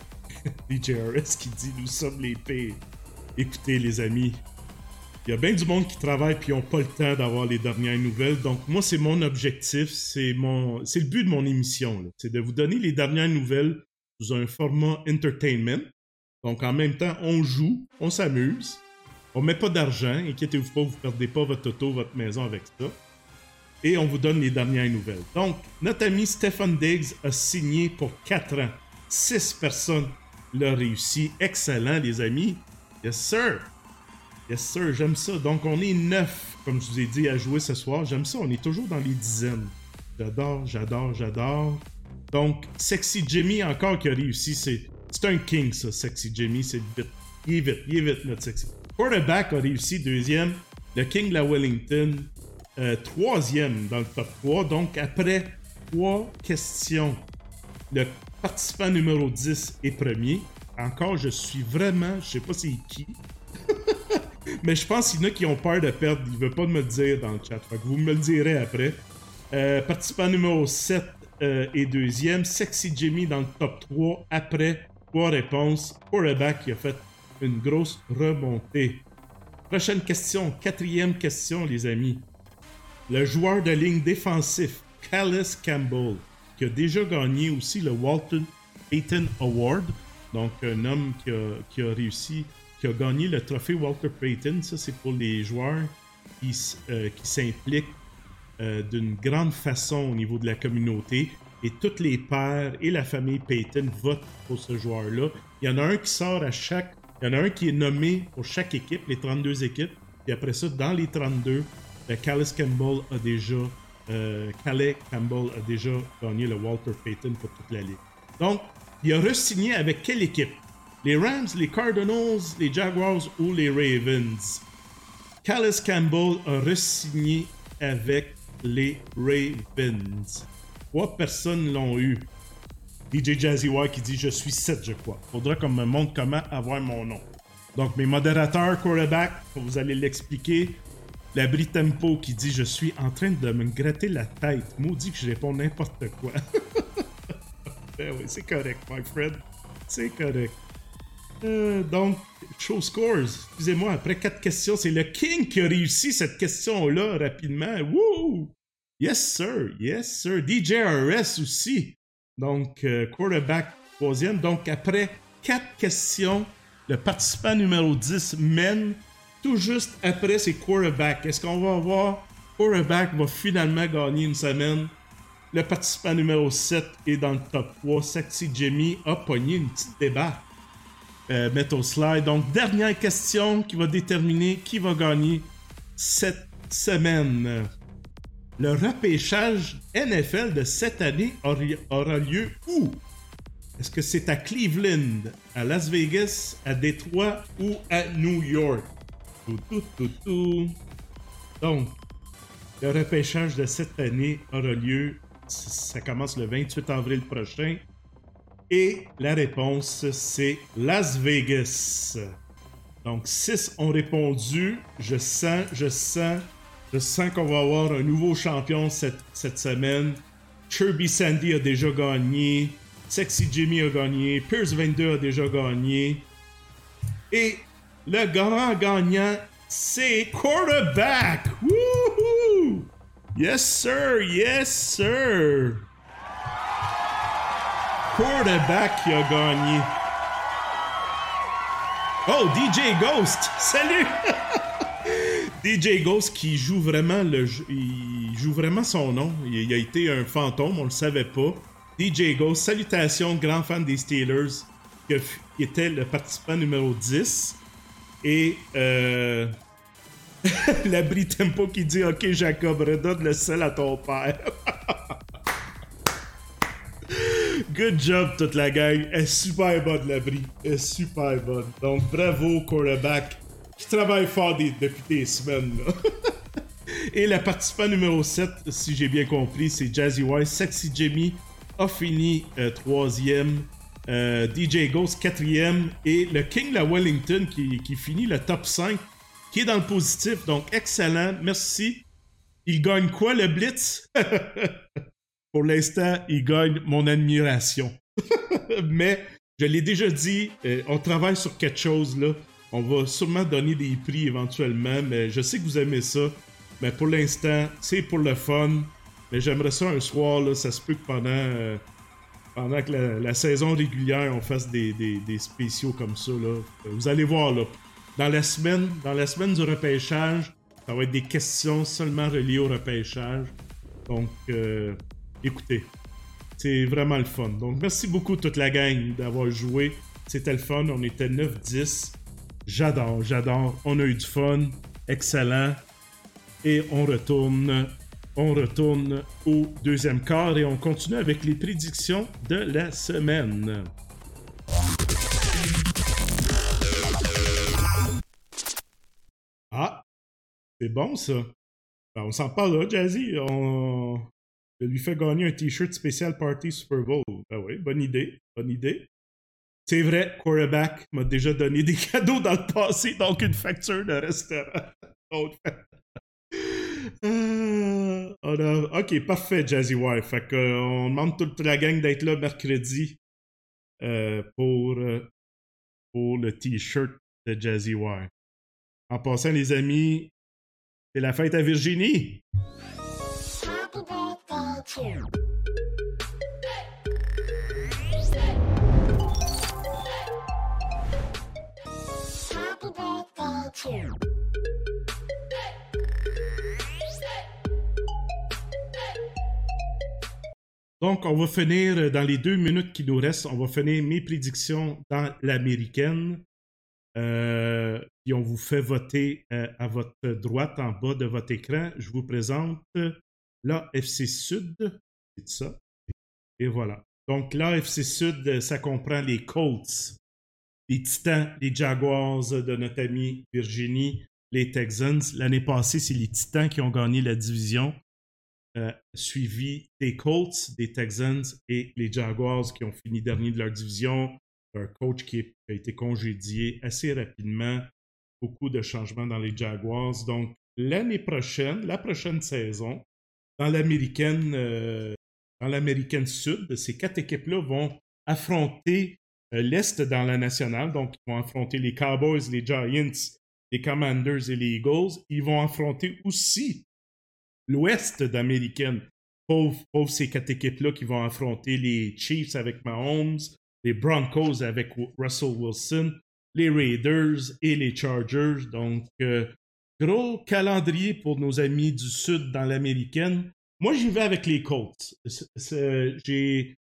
S1: D J R S qui dit « Nous sommes les pires ». Écoutez, les amis, il y a bien du monde qui travaille puis ils n'ont pas le temps d'avoir les dernières nouvelles. Donc, moi, c'est mon objectif, c'est mon, c'est le but de mon émission. Là. C'est de vous donner les dernières nouvelles sous un format entertainment. Donc, en même temps, on joue, on s'amuse, on met pas d'argent. Inquiétez-vous pas, vous ne perdez pas votre auto, votre maison avec ça. Et on vous donne les dernières nouvelles. Donc, notre ami Stephen Diggs a signé pour quatre ans. Six personnes l'ont réussi. Excellent, les amis. Yes, sir. Yes, sir, j'aime ça. Donc, on est neuf, comme je vous ai dit, à jouer ce soir. J'aime ça, on est toujours dans les dizaines. J'adore, j'adore, j'adore. Donc, Sexy Jimmy, encore qui a réussi. C'est, c'est un king, ça, Sexy Jimmy. C'est vite. Il est vite, il est vite, notre Sexy. Quarterback a réussi, deuxième. Le King de la Wellington, euh, troisième dans le top trois. Donc, après trois questions, le participant numéro dix est premier. Encore, je suis vraiment... Je sais pas c'est qui. Mais je pense qu'il y en a qui ont peur de perdre. Il ne veut pas me le dire dans le chat. Fait que vous me le direz après. Euh, participant numéro sept euh, est deuxième. Sexy Jimmy dans le top trois. Après trois réponses. Quarterback qui a fait une grosse remontée. Prochaine question. Quatrième question, les amis. Le joueur de ligne défensif, Calais Campbell, qui a déjà gagné aussi le Walter Payton Award. Donc, un homme qui a, qui a réussi... qui a gagné le trophée Walter Payton. Ça, c'est pour les joueurs qui, euh, qui s'impliquent euh, d'une grande façon au niveau de la communauté. Et tous les pères et la famille Payton votent pour ce joueur-là. Il y en a un qui sort à chaque... Il y en a un qui est nommé pour chaque équipe, les trente-deux équipes. Et après ça, dans les trente-deux, le Calais Campbell a déjà... Euh, Calais Campbell a déjà gagné le Walter Payton pour toute la ligue. Donc, il a re-signé avec quelle équipe? Les Rams, les Cardinals, les Jaguars ou les Ravens? Calais Campbell a re-signé avec les Ravens. Trois personnes l'ont eu. D J Jazzy White qui dit « Je suis sept, je crois. Faudra qu'on me montre comment avoir mon nom. » Donc, mes modérateurs, quarterback, vous allez l'expliquer. L'abri Tempo qui dit « Je suis en train de me gratter la tête. » Maudit que je réponds n'importe quoi. Ben oui, c'est correct, my friend. C'est correct. Euh, donc, show scores. Excusez-moi, après quatre questions, c'est le King qui a réussi cette question-là rapidement. Woo! Yes, sir. Yes, sir. D J R S aussi. Donc, euh, quarterback troisième. Donc, après quatre questions, le participant numéro dix mène. Tout juste après, c'est quarterback. Est-ce qu'on va avoir quarterback va finalement gagner une semaine? Le participant numéro sept est dans le top trois. Sexy Jimmy a pogné une petite débat. Euh, Metal Slide. Donc, dernière question qui va déterminer qui va gagner cette semaine. Le repêchage N F L de cette année aura lieu où? Est-ce que c'est à Cleveland, à Las Vegas, à Détroit ou à New York? Tout, tout, tout, tout. Donc, le repêchage de cette année aura lieu, ça commence le vingt-huit avril prochain. Et la réponse, c'est Las Vegas. Donc, six ont répondu. Je sens, je sens, je sens qu'on va avoir un nouveau champion cette, cette semaine. Sherby Sandy a déjà gagné. Sexy Jimmy a gagné. Pierce vingt-deux a déjà gagné. Et le grand gagnant, c'est Quarterback. Woohoo! Yes, sir! Yes, sir! quarterback qui a gagné. Oh, D J Ghost! Salut! D J Ghost qui joue vraiment le jeu, il joue vraiment son nom. Il, il a été un fantôme, on le savait pas. D J Ghost, salutations, grand fan des Steelers, qui était le participant numéro dix. Et euh... l'abri tempo qui dit « Ok, Jacob, redonne le sel à ton père. » Good job, toute la gang. Elle est super bonne, l'abri. Elle est super bonne. Donc, bravo, quarterback, qui travaille fort des, depuis des semaines, là. Et le participant numéro sept, si j'ai bien compris, c'est Jazzy Wise. Sexy Jimmy a fini euh, troisième. Euh, D J Ghost, quatrième. Et le King la Wellington, qui, qui finit le top cinq, qui est dans le positif. Donc, excellent. Merci. Il gagne quoi, le Blitz? Pour l'instant, il gagne mon admiration. Mais, je l'ai déjà dit, euh, on travaille sur quelque chose, là. On va sûrement donner des prix éventuellement, mais je sais que vous aimez ça. Mais pour l'instant, c'est pour le fun. Mais j'aimerais ça un soir, là, ça se peut que pendant, euh, pendant que la, la saison régulière, on fasse des, des, des spéciaux comme ça, là. Vous allez voir, là. Dans la semaine, dans la semaine du repêchage, ça va être des questions seulement reliées au repêchage. Donc, euh, écoutez, c'est vraiment le fun. Donc, merci beaucoup toute la gang d'avoir joué. C'était le fun. On était neuf dix. J'adore, j'adore. On a eu du fun. Excellent. Et on retourne, on retourne au deuxième quart et on continue avec les prédictions de la semaine. Ah, c'est bon ça. Ben, on s'en parle là, Jazzy. On... Je lui fais gagner un t-shirt spécial Party Super Bowl. Ben oui, bonne idée, bonne idée. C'est vrai, quarterback m'a déjà donné des cadeaux dans le passé, donc une facture de restaurant. euh, on a... Ok, parfait, Jazzy Wire. Fait qu'on demande toute la gang d'être là mercredi euh, pour, euh, pour le t-shirt de Jazzy Wire. En passant, les amis, c'est la fête à Virginie. Happy birthday to you. Happy birthday to you. Donc, on va finir dans les deux minutes qui nous restent. On va finir mes prédictions dans l'américaine. Euh, puis on vous fait voter euh, à votre droite en bas de votre écran. Je vous présente l'A F C Sud. C'est ça. Et voilà. Donc, l'A F C Sud, ça comprend les Colts, les Titans, les Jaguars de notre amie Virginie, les Texans. L'année passée, c'est les Titans qui ont gagné la division. Euh, suivi des Colts, des Texans et les Jaguars qui ont fini dernier de leur division. Un coach qui, est, qui a été congédié assez rapidement. Beaucoup de changements dans les Jaguars. Donc, l'année prochaine, la prochaine saison, dans l'américaine, euh, dans l'américaine sud, ces quatre équipes-là vont affronter euh, l'Est dans la nationale. Donc, ils vont affronter les Cowboys, les Giants, les Commanders et les Eagles. Ils vont affronter aussi l'Ouest d'américaine. Pauvre, pauvre ces quatre équipes-là qui vont affronter les Chiefs avec Mahomes, les Broncos avec Russell Wilson, les Raiders et les Chargers. Donc, euh, gros calendrier pour nos amis du Sud dans l'américaine. Moi, j'y vais avec les Colts. C'est, c'est, j'ai,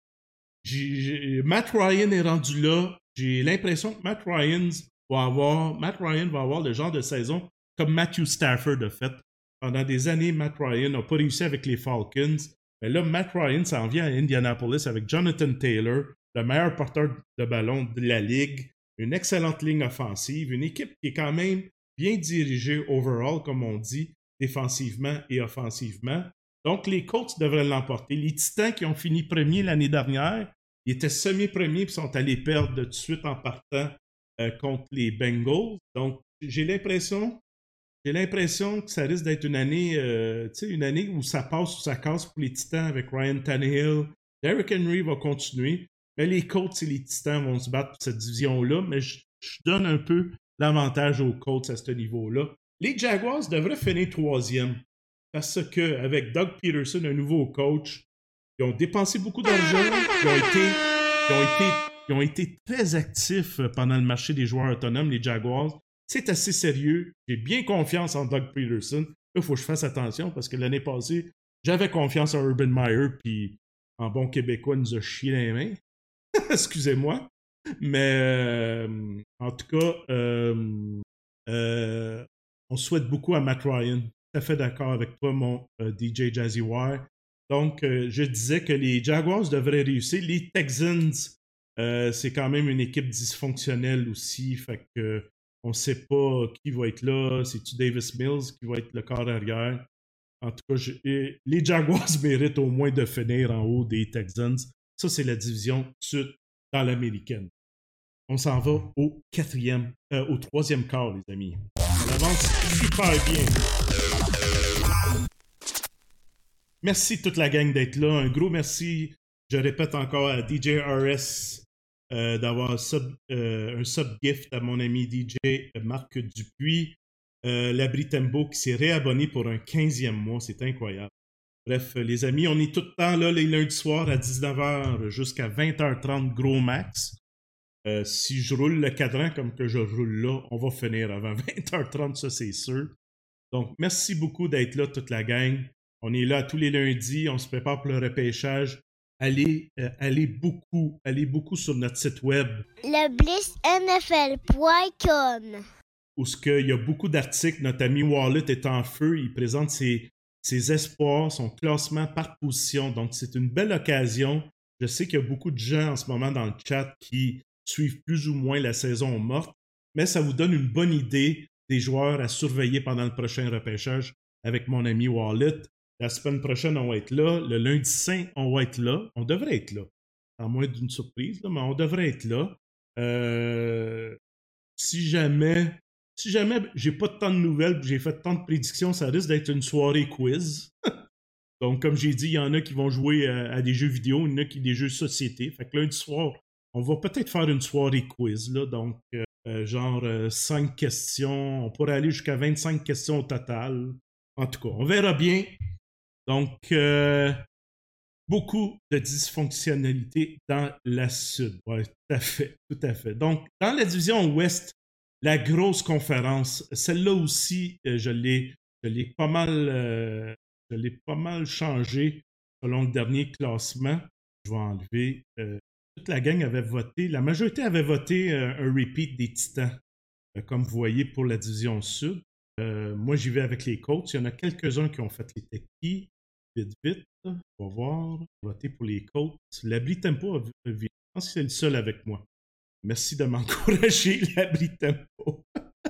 S1: j'ai, Matt Ryan est rendu là. J'ai l'impression que Matt Ryan va avoir, Matt Ryan va avoir le genre de saison comme Matthew Stafford a fait. Pendant des années, Matt Ryan n'a pas réussi avec les Falcons. Mais là, Matt Ryan s'en vient à Indianapolis avec Jonathan Taylor, le meilleur porteur de ballon de la ligue, une excellente ligne offensive, une équipe qui est quand même bien dirigée overall, comme on dit, défensivement et offensivement. Donc, les Colts devraient l'emporter. Les Titans qui ont fini premier l'année dernière, ils étaient semi-premiers et sont allés perdre de tout de suite en partant euh, contre les Bengals. Donc, j'ai l'impression... J'ai l'impression que ça risque d'être une année, euh, tu sais, une année où ça passe ou ça casse pour les Titans avec Ryan Tannehill. Derrick Henry va continuer. Mais les Colts et les Titans vont se battre pour cette division-là. Mais je, je donne un peu l'avantage aux Colts à ce niveau-là. Les Jaguars devraient finir troisième. Parce qu'avec Doug Peterson, un nouveau coach, ils ont dépensé beaucoup d'argent. Ils ont été Ils ont été, ils ont été très actifs pendant le marché des joueurs autonomes, les Jaguars. C'est assez sérieux. J'ai bien confiance en Doug Peterson. Là, il faut que je fasse attention parce que l'année passée, j'avais confiance en Urban Meyer, puis en bon québécois, il nous a chié les mains. Excusez-moi. Mais euh, en tout cas, euh, euh, on souhaite beaucoup à Matt Ryan. Tout à fait d'accord avec toi, mon euh, D J Jazzy Wire. Donc, euh, je disais que les Jaguars devraient réussir. Les Texans, euh, c'est quand même une équipe dysfonctionnelle aussi. Fait que euh, on ne sait pas qui va être là. C'est-tu Davis Mills qui va être le corps arrière? En tout cas, je, les Jaguars méritent au moins de finir en haut des Texans. Ça, c'est la division sud dans l'américaine. On s'en va au quatrième, euh, au troisième quart, les amis. On avance super bien. Merci toute la gang d'être là. Un gros merci, je répète encore, à D J R S euh, d'avoir sub, euh, un sub-gift à mon ami D J Marc Dupuis. Euh, L'Abri Tembo qui s'est réabonné pour un quinzième mois. C'est incroyable. Bref, les amis, on est tout le temps là les lundis soirs à dix-neuf heures jusqu'à vingt heures trente gros max. Euh, si je roule le cadran comme que je roule là, on va finir avant vingt heures trente, ça c'est sûr. Donc, merci beaucoup d'être là, toute la gang. On est là tous les lundis, on se prépare pour le repêchage. Allez, euh, allez beaucoup, allez beaucoup sur notre site web.
S2: le bliss N F L point com
S1: Où ce qu'il y a beaucoup d'articles. Notre ami Wallet est en feu. Il présente ses, ses espoirs, son classement par position. Donc, c'est une belle occasion. Je sais qu'il y a beaucoup de gens en ce moment dans le chat qui suivent plus ou moins la saison morte, mais ça vous donne une bonne idée des joueurs à surveiller pendant le prochain repêchage avec mon ami Wallet. La semaine prochaine, on va être là. Le lundi saint, on va être là. On devrait être là. À moins d'une surprise, là, mais on devrait être là. Euh, si jamais, si jamais j'ai pas tant de nouvelles, j'ai fait tant de prédictions, ça risque d'être une soirée quiz. Donc, comme j'ai dit, il y en a qui vont jouer à, à des jeux vidéo, il y en a qui des jeux de société. Fait que lundi soir, on va peut-être faire une soirée quiz, là. Donc, euh, genre euh, cinq questions. On pourrait aller jusqu'à vingt-cinq questions au total. En tout cas, on verra bien. Donc, euh, beaucoup de dysfonctionnalité dans la Sud. Oui, tout à fait, tout à fait. Donc, dans la division Ouest, la grosse conférence, celle-là aussi, euh, je l'ai, je l'ai pas mal, euh, je l'ai pas mal changé selon le dernier classement. Je vais enlever. Euh, toute la gang avait voté. La majorité avait voté euh, un repeat des Titans, euh, comme vous voyez pour la division Sud. Euh, moi, j'y vais avec les Colts. Il y en a quelques-uns qui ont fait les Techies. Vite, vite. On va voir. Voter pour les Colts. L'Abri Tempo, a, je pense que c'est le seul avec moi. Merci de m'encourager, l'Abri Tempo.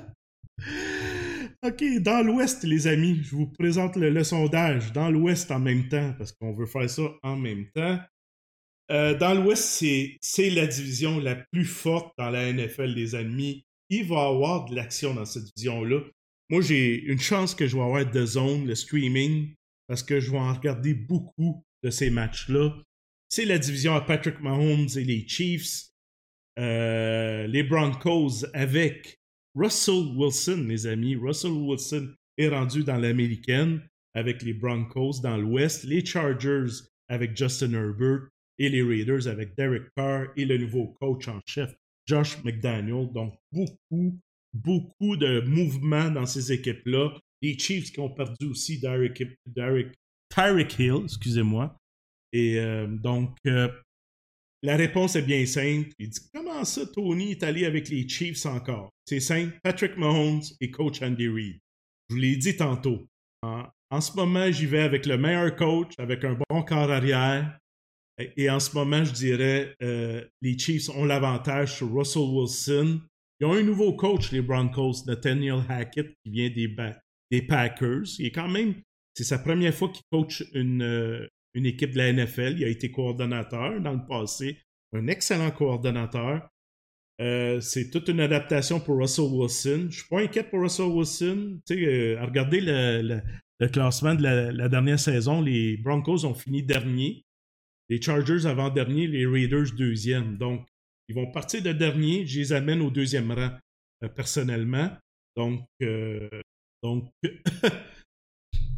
S1: OK, dans l'Ouest, les amis, je vous présente le, le sondage. Dans l'Ouest en même temps, parce qu'on veut faire ça en même temps. Euh, dans l'Ouest, c'est, c'est la division la plus forte dans la N F L, les amis. Il va y avoir de l'action dans cette division-là. Moi, j'ai une chance que je vais avoir The Zone, le streaming, parce que je vais en regarder beaucoup de ces matchs-là. C'est la division à Patrick Mahomes et les Chiefs. Euh, les Broncos avec Russell Wilson, les amis. Russell Wilson est rendu dans l'américaine avec les Broncos dans l'Ouest. Les Chargers avec Justin Herbert et les Raiders avec Derek Carr et le nouveau coach en chef, Josh McDaniel. Donc, beaucoup, beaucoup de mouvements dans ces équipes-là. Les Chiefs qui ont perdu aussi Derek, Derek, Tyreek Hill, excusez-moi. Et euh, donc, euh, la réponse est bien simple. Il dit, comment ça, Tony est allé avec les Chiefs encore? C'est simple, Patrick Mahomes et coach Andy Reid. Je vous l'ai dit tantôt. En, en ce moment, j'y vais avec le meilleur coach, avec un bon corps arrière. Et en ce moment, je dirais, euh, les Chiefs ont l'avantage sur Russell Wilson. Ils ont un nouveau coach, les Broncos, Nathaniel Hackett, qui vient des, ba- des Packers. Il est quand même, c'est sa première fois qu'il coach une, euh, une équipe de la N F L. Il a été coordonnateur dans le passé. Un excellent coordonnateur. Euh, c'est toute une adaptation pour Russell Wilson. Je ne suis pas inquiet pour Russell Wilson. Tu sais, euh, regardez le, le, le classement de la, la dernière saison. Les Broncos ont fini dernier. Les Chargers avant-dernier, les Raiders deuxième. Donc, ils vont partir de dernier. Je les amène au deuxième rang, euh, personnellement. Donc, euh, donc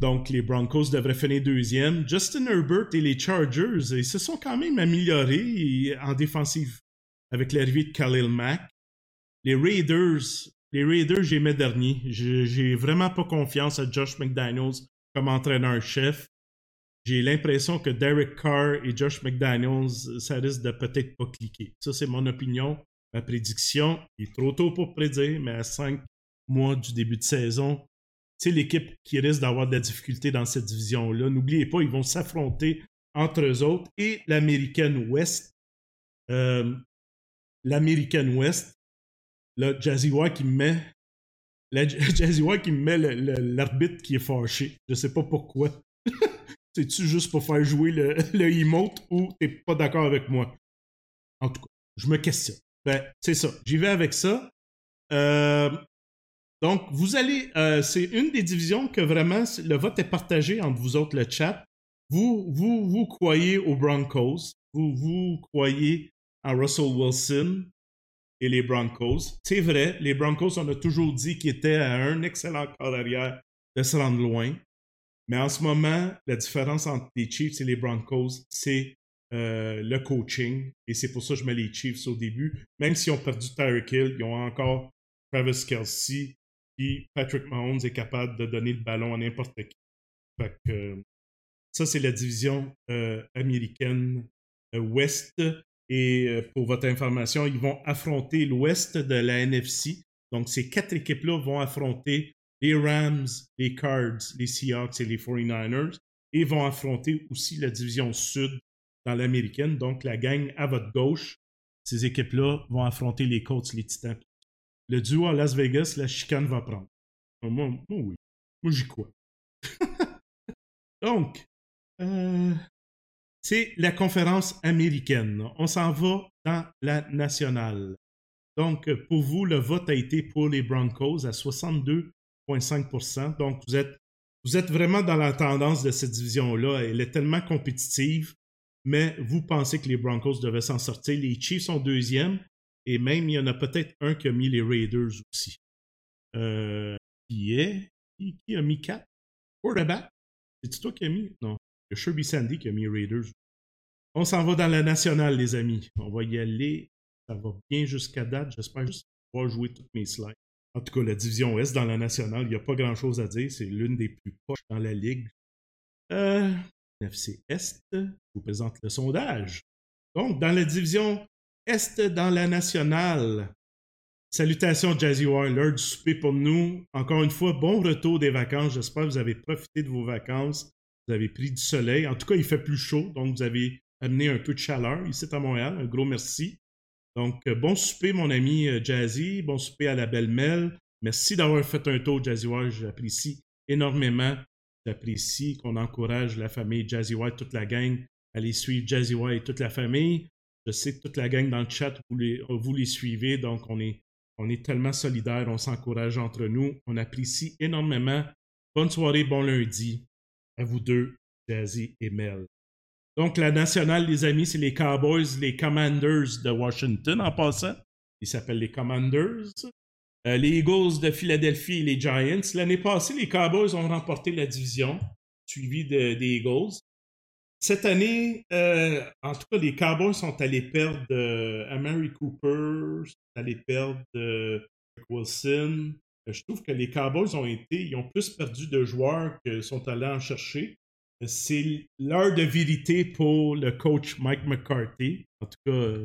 S1: Donc, les Broncos devraient finir deuxième. Justin Herbert et les Chargers, ils se sont quand même améliorés en défensive avec l'arrivée de Khalil Mack. Les Raiders, les Raiders, j'ai mis dernier. J'ai, j'ai vraiment pas confiance à Josh McDaniels comme entraîneur-chef. J'ai l'impression que Derek Carr et Josh McDaniels, ça risque de peut-être pas cliquer. Ça, c'est mon opinion. Ma prédiction, il est trop tôt pour prédire, mais à cinq mois du début de saison, c'est l'équipe qui risque d'avoir de la difficulté dans cette division-là. N'oubliez pas, ils vont s'affronter entre eux autres et l'American West. Euh, L'American West, là, Jazzy White qui me met, la, Jazzy White qui me met le, le, l'arbitre qui est fâché. Je sais pas pourquoi. C'est-tu juste pour faire jouer le, le emote ou t'es pas d'accord avec moi? En tout cas, je me questionne. Ben, c'est ça. J'y vais avec ça. Euh, donc, vous allez... Euh, c'est une des divisions que vraiment, le vote est partagé entre vous autres, le chat. Vous, vous, vous croyez aux Broncos. Vous, vous croyez à Russell Wilson et les Broncos. C'est vrai, les Broncos, on a toujours dit qu'ils étaient à un excellent corps arrière de se rendre loin. Mais en ce moment, la différence entre les Chiefs et les Broncos, c'est euh, le coaching. Et c'est pour ça que je mets les Chiefs au début. Même s'ils ont perdu Tyreek Hill, ils ont encore Travis Kelce. Puis Patrick Mahomes est capable de donner le ballon à n'importe qui. Fait que, euh, ça, c'est la division euh, américaine euh, Ouest. Et euh, pour votre information, ils vont affronter l'Ouest de la N F C. Donc, ces quatre équipes-là vont affronter les Rams, les Cards, les Seahawks et les forty-niners, et vont affronter aussi la division sud dans l'américaine. Donc, la gang à votre gauche, ces équipes-là vont affronter les Colts, les Titans. Le duo à Las Vegas, la chicane va prendre. Moi, moi oui. Moi, j'y crois. Donc, euh, c'est la conférence américaine. On s'en va dans la nationale. Donc, pour vous, le vote a été pour les Broncos à soixante-deux virgule cinq pour cent. Donc, vous êtes, vous êtes vraiment dans la tendance de cette division-là. Elle est tellement compétitive, mais vous pensez que les Broncos devaient s'en sortir. Les Chiefs sont deuxième, et même, il y en a peut-être un qui a mis les Raiders aussi. Euh, qui est? Qui, qui a mis quatre? Quarterback? C'est-tu toi qui as mis? Non. Il y a Sherby Sandy qui a mis Raiders. On s'en va dans la nationale, les amis. On va y aller. Ça va bien jusqu'à date. J'espère juste pouvoir jouer toutes mes slides. En tout cas, la division Est dans la nationale, il n'y a pas grand-chose à dire. C'est l'une des plus poches dans la ligue. Euh, F C Est, je vous présente le sondage. Donc, dans la division Est dans la nationale, salutations Jazzy Wire, l'heure du souper pour nous. Encore une fois, bon retour des vacances. J'espère que vous avez profité de vos vacances. Vous avez pris du soleil. En tout cas, il fait plus chaud, donc vous avez amené un peu de chaleur ici à Montréal. Un gros merci. Donc, euh, bon souper, mon ami euh, Jazzy. Bon souper à la belle Mel. Merci d'avoir fait un tour, Jazzy Wire. J'apprécie énormément. J'apprécie qu'on encourage la famille Jazzy Wire, toute la gang, à aller suivre Jazzy Wire et toute la famille. Je sais que toute la gang dans le chat, vous les, vous les suivez. Donc, on est, on est tellement solidaires. On s'encourage entre nous. On apprécie énormément. Bonne soirée, bon lundi à vous deux, Jazzy et Mel. Donc, la nationale, les amis, c'est les Cowboys, les Commanders de Washington en passant. Ils s'appellent les Commanders. Euh, les Eagles de Philadelphie et les Giants. L'année passée, les Cowboys ont remporté la division, suivi de, des Eagles. Cette année, euh, en tout cas, les Cowboys sont allés perdre euh, Amari Cooper, sont allés perdre euh, Wilson. Euh, je trouve que les Cowboys ont été, ils ont plus perdu de joueurs qu'ils sont allés en chercher. C'est l'heure de vérité pour le coach Mike McCarthy. En tout cas, euh,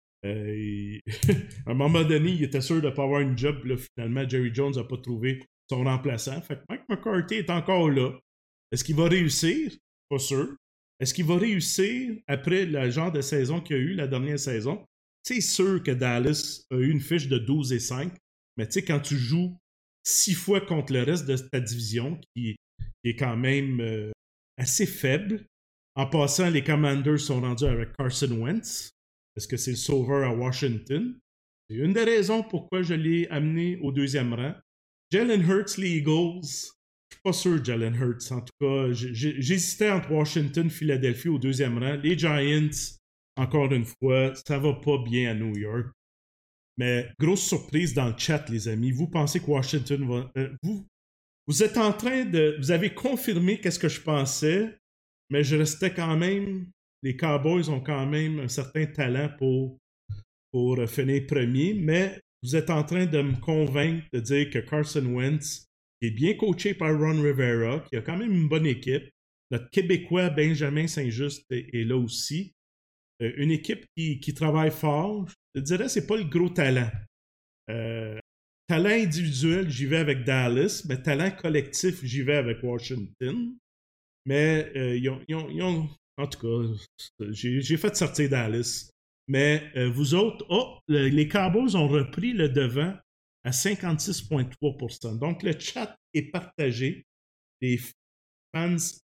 S1: euh, à un moment donné, il était sûr de ne pas avoir une job. Là, finalement, Jerry Jones n'a pas trouvé son remplaçant. Fait que Mike McCarthy est encore là. Est-ce qu'il va réussir? Pas sûr. Est-ce qu'il va réussir après le genre de saison qu'il a eu la dernière saison? C'est sûr que Dallas a eu une fiche de douze et cinq. Mais tu sais, quand tu joues six fois contre le reste de ta division, qui, qui est quand même... Euh, assez faible. En passant, les Commanders sont rendus avec Carson Wentz. Est-ce que c'est le sauveur à Washington? C'est une des raisons pourquoi je l'ai amené au deuxième rang. Jalen Hurts, les Eagles. Je suis pas sûr, Jalen Hurts. En tout cas, j'hésitais entre Washington et Philadelphie au deuxième rang. Les Giants, encore une fois, ça va pas bien à New York. Mais grosse surprise dans le chat, les amis. Vous pensez que Washington va... Euh, vous vous êtes en train de... Vous avez confirmé qu'est-ce que je pensais, mais je restais quand même... Les Cowboys ont quand même un certain talent pour, pour finir premier, mais vous êtes en train de me convaincre de dire que Carson Wentz est bien coaché par Ron Rivera, qui a quand même une bonne équipe. Notre Québécois Benjamin Saint-Just est, est là aussi. Euh, une équipe qui, qui travaille fort. Je te dirais, c'est pas le gros talent. Euh, talent individuel, j'y vais avec Dallas, mais talent collectif, j'y vais avec Washington. Mais euh, ils, ont, ils, ont, ils ont... En tout cas, j'ai, j'ai fait sortir Dallas. Mais euh, vous autres, oh, le, les Cowboys ont repris le devant à cinquante-six virgule trois pour cent. Donc, le chat est partagé. Les fans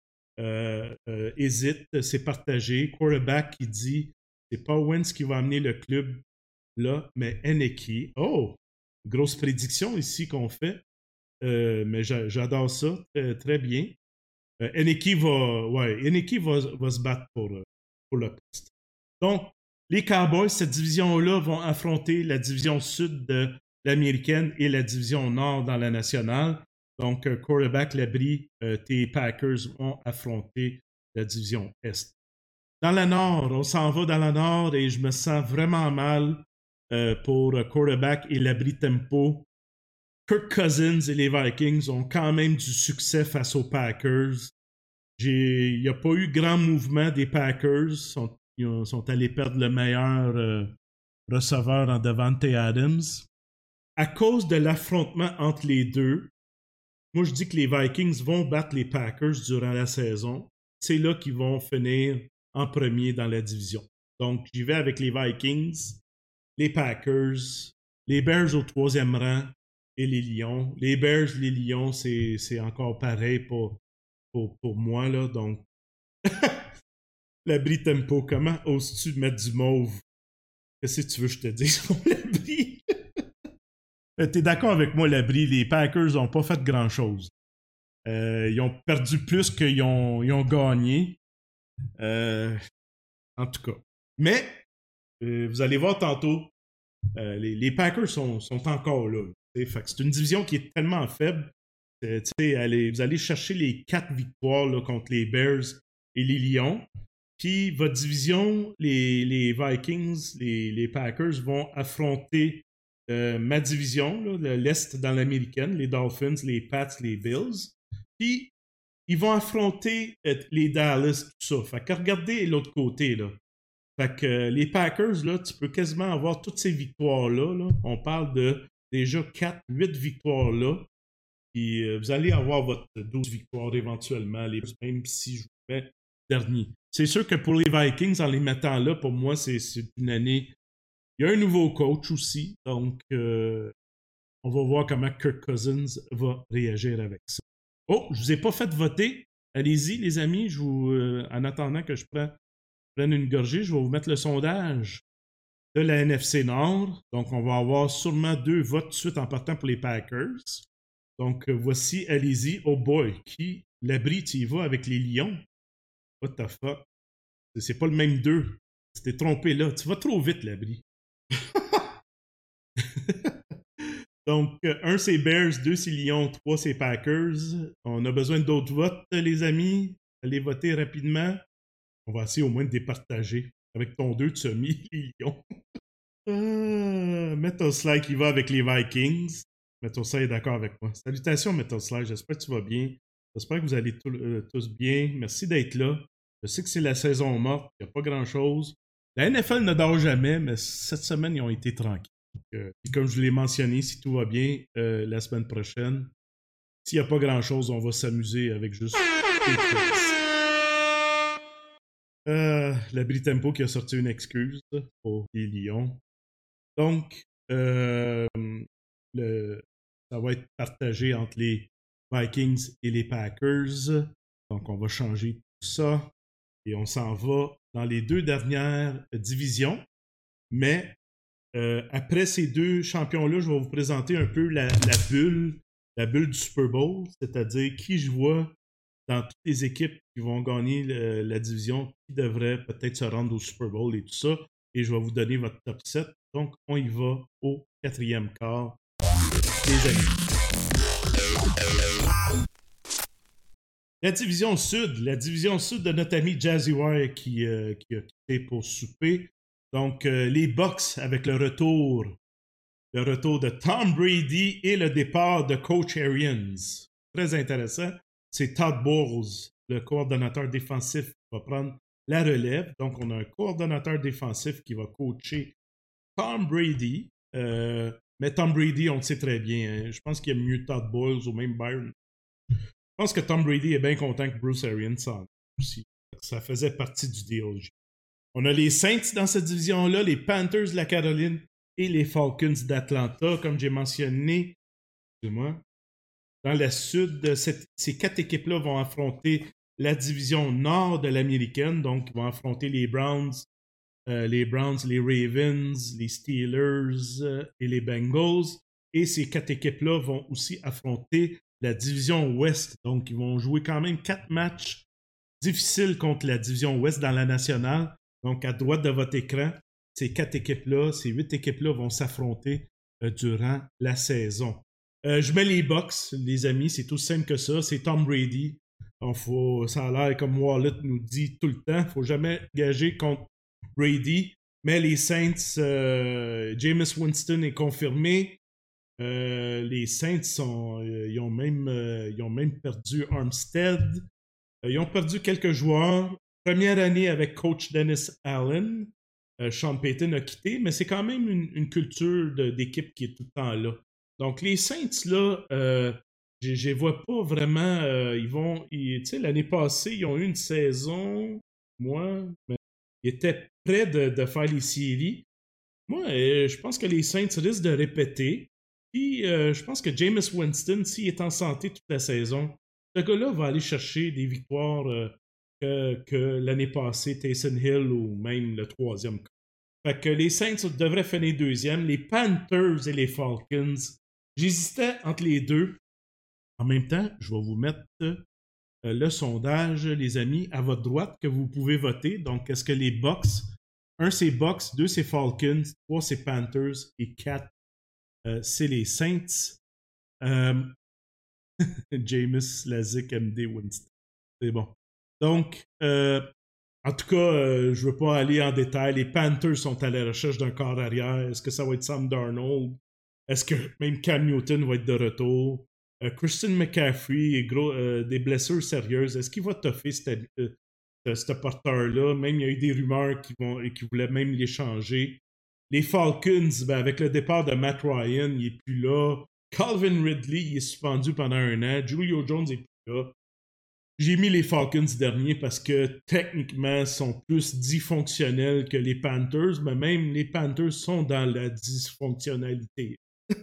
S1: euh, euh, hésitent, c'est partagé. Quarterback qui dit, c'est pas Wentz qui va amener le club là, mais Heineke. Oh! Grosse prédiction ici qu'on fait. Euh, mais j'a, j'adore ça. Très, très bien. Euh, Heineke va, ouais, Heineke va, va se battre pour, pour le poste. Donc, les Cowboys, cette division-là, vont affronter la division sud de l'américaine et la division nord dans la nationale. Donc, euh, quarterback, l'abri, euh, tes Packers vont affronter la division est. Dans la nord, on s'en va dans la nord et je me sens vraiment mal euh, pour quarterback et l'abri tempo. Kirk Cousins et les Vikings ont quand même du succès face aux Packers. Il n'y a pas eu grand mouvement des Packers. Ils sont, ils sont allés perdre le meilleur euh, receveur en Davante Adams. À cause de l'affrontement entre les deux, moi je dis que les Vikings vont battre les Packers durant la saison. C'est là qu'ils vont finir en premier dans la division. Donc j'y vais avec les Vikings, les Packers, les Bears au troisième rang, et les Lions. Les Bears, les Lions, c'est, c'est encore pareil pour, pour, pour moi, là. Donc, l'abri tempo, comment oses-tu mettre du mauve? Qu'est-ce que tu veux que je te dise sur l'abri? T'es d'accord avec moi, l'abri? Les Packers n'ont pas fait grand-chose. Euh, ils ont perdu plus qu'ils ont, ils ont gagné. Euh, en tout cas. Mais, euh, vous allez voir tantôt, euh, les, les Packers sont, sont encore là. Fait que c'est une division qui est tellement faible. Euh, allez, vous allez chercher les quatre victoires là, contre les Bears et les Lions. Puis votre division, les, les Vikings, les, les Packers vont affronter euh, ma division, là, l'Est dans l'américaine, les Dolphins, les Pats, les Bills. Puis ils vont affronter euh, les Dallas, tout ça. Fait que regardez l'autre côté, là. Fait que euh, les Packers, là, tu peux quasiment avoir toutes ces victoires-là. Là. On parle de déjà quatre, huit victoires là. Puis euh, vous allez avoir votre douze victoires éventuellement, les, même si je vous mets dernier. C'est sûr que pour les Vikings, en les mettant là, pour moi, c'est, c'est une année. Il y a un nouveau coach aussi. Donc, euh, on va voir comment Kirk Cousins va réagir avec ça. Oh, je ne vous ai pas fait voter. Allez-y, les amis. Je vous, euh, en attendant que je prenne, prenne une gorgée, je vais vous mettre le sondage de la N F C Nord. Donc, on va avoir sûrement deux votes tout de suite en partant pour les Packers. Donc, euh, voici, allez-y. Oh boy, qui l'abri, tu y vas avec les Lions? What the fuck? C'est pas le même deux. Tu t'es trompé là. Tu vas trop vite, l'abri. Donc, euh, un, c'est Bears, deux, c'est Lions, trois, c'est Packers. On a besoin d'autres votes, les amis. Allez voter rapidement. On va essayer au moins de départager. Avec ton deux, tu as mis les Lions. euh, Metal Slide qui va avec les Vikings. Metal Slide est d'accord avec moi. Salutations, Metal Slide. J'espère que tu vas bien. J'espère que vous allez tout, euh, tous bien. Merci d'être là. Je sais que c'est la saison morte. Il n'y a pas grand-chose. La N F L ne dort jamais, mais cette semaine, ils ont été tranquilles. Donc, euh, puis comme je vous l'ai mentionné, si tout va bien, euh, la semaine prochaine, s'il n'y a pas grand-chose, on va s'amuser avec juste euh, l'abri tempo qui a sorti une excuse pour les Lions. Donc, euh, le, ça va être partagé entre les Vikings et les Packers. Donc, on va changer tout ça. Et on s'en va dans les deux dernières divisions. Mais euh, après ces deux champions-là, je vais vous présenter un peu la, la bulle, la bulle du Super Bowl, c'est-à-dire qui je vois dans toutes les équipes qui vont gagner le, la division, qui devraient peut-être se rendre au Super Bowl et tout ça. Et je vais vous donner votre top sept. Donc, on y va au quatrième quart, les amis. La division sud, la division sud de notre ami Jazzy Wire qui, euh, qui a quitté pour souper. Donc, euh, les Bucks avec le retour, le retour de Tom Brady et le départ de Coach Arians. Très intéressant. C'est Todd Bowles, le coordonnateur défensif, qui va prendre la relève. Donc, on a un coordonnateur défensif qui va coacher Tom Brady. Euh, mais Tom Brady, on le sait très bien. Hein. Je pense qu'il y a mieux Todd Bowles ou même Byron. Je pense que Tom Brady est bien content que Bruce Arians s'en aussi. Ça faisait partie du deal. On a les Saints dans cette division-là, les Panthers de la Caroline et les Falcons d'Atlanta, comme j'ai mentionné. Excusez-moi. Dans la sud, cette, ces quatre équipes-là vont affronter la division nord de l'américaine, donc ils vont affronter les Browns, euh, les Browns, les Ravens, les Steelers euh, et les Bengals. Et ces quatre équipes-là vont aussi affronter la division ouest. Donc, ils vont jouer quand même quatre matchs difficiles contre la division ouest dans la nationale. Donc, à droite de votre écran, ces quatre équipes-là, ces huit équipes-là vont s'affronter euh, durant la saison. Euh, je mets les Bucks, les amis, c'est tout simple que ça. C'est Tom Brady. Donc, faut, ça a l'air comme Wallet nous dit tout le temps, il ne faut jamais gager contre Brady. Mais les Saints, euh, Jameis Winston est confirmé. Euh, les Saints sont, euh, ils, ont même, euh, ils ont même perdu Armstead. Euh, ils ont perdu quelques joueurs. Première année avec coach Dennis Allen. Euh, Sean Payton a quitté, mais c'est quand même une, une culture de, d'équipe qui est tout le temps là. Donc les Saints, là, euh, je ne les vois pas vraiment. Euh, ils vont. Tu sais, l'année passée, ils ont eu une saison. Moi, mais ils étaient près de, de faire les séries. Moi, euh, je pense que les Saints risquent de répéter. Puis, euh, je pense que Jameis Winston, s'il est en santé toute la saison, ce gars-là va aller chercher des victoires euh, que, que l'année passée, Taysom Hill ou même le troisième. Fait que les Saints devraient finir deuxième. Les Panthers et les Falcons, j'hésitais entre les deux. En même temps, je vais vous mettre euh, le sondage, les amis, à votre droite que vous pouvez voter. Donc, est-ce que les Bucks, un c'est Bucks, deux c'est Falcons, trois c'est Panthers et quatre Euh, c'est les Saints. Euh, Jameis, Lazic, M D, Winston. C'est bon. Donc, euh, en tout cas, euh, je ne veux pas aller en détail. Les Panthers sont à la recherche d'un corps arrière. Est-ce que ça va être Sam Darnold? Est-ce que même Cam Newton va être de retour? Euh, Christian McCaffrey, et gros, euh, des blessures sérieuses. Est-ce qu'il va toffer ce porteur-là? Même il y a eu des rumeurs qui, vont, qui voulaient même l'échanger. Les Falcons, ben avec le départ de Matt Ryan, il n'est plus là. Calvin Ridley, il est suspendu pendant un an. Julio Jones n'est plus là. J'ai mis les Falcons dernier parce que techniquement, ils sont plus dysfonctionnels que les Panthers, mais même les Panthers sont dans la dysfonctionnalité.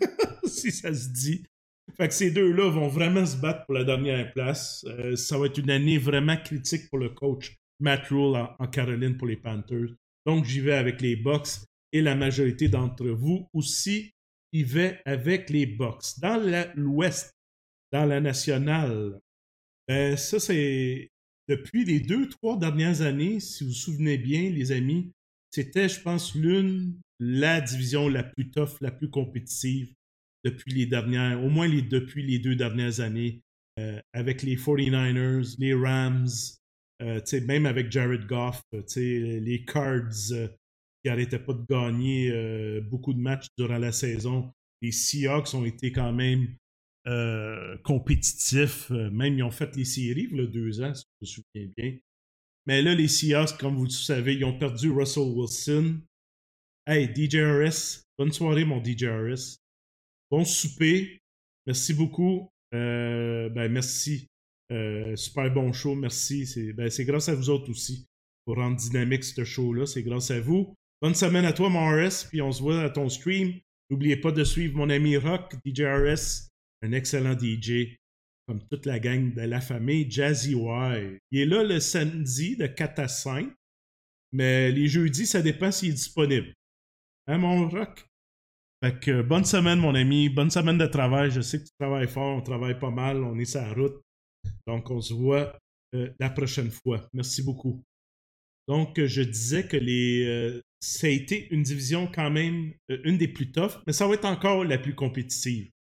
S1: Si ça se dit. Fait que ces deux-là vont vraiment se battre pour la dernière place. Euh, ça va être une année vraiment critique pour le coach Matt Rhule en, en Caroline pour les Panthers. Donc, j'y vais avec les Bucks. Et la majorité d'entre vous aussi y va avec les Bucks. Dans la, l'Ouest, dans la nationale, ben ça c'est depuis les deux, trois dernières années, si vous vous souvenez bien, les amis, c'était, je pense, l'une, la division la plus tough, la plus compétitive depuis les dernières, au moins les, depuis les deux dernières années, euh, avec les forty-niners, les Rams, euh, même avec Jared Goff, les Cards, euh, qui n'arrêtaient pas de gagner euh, beaucoup de matchs durant la saison. Les Seahawks ont été quand même euh, compétitifs. Même ils ont fait les séries il y a deux ans, si je me souviens bien. Mais là, les Seahawks, comme vous le savez, ils ont perdu Russell Wilson. Hey, D J R S, bonne soirée, mon D J R S. Bon souper. Merci beaucoup. Euh, ben, merci. Euh, super bon show. Merci. C'est, ben, c'est grâce à vous autres aussi pour rendre dynamique ce show-là. C'est grâce à vous. Bonne semaine à toi, mon R S, puis on se voit à ton stream. N'oubliez pas de suivre mon ami Rock, D J R S, un excellent D J, comme toute la gang de la famille Jazzy Y. Il est là le samedi de quatre à cinq, mais les jeudis, ça dépend s'il est disponible. Hein, mon Rock? Fait que bonne semaine, mon ami. Bonne semaine de travail. Je sais que tu travailles fort, on travaille pas mal, on est sur la route. Donc, on se voit euh, la prochaine fois. Merci beaucoup. Donc, je disais que les, euh, ça a été une division quand même, euh, une des plus toughs, mais ça va être encore la plus compétitive.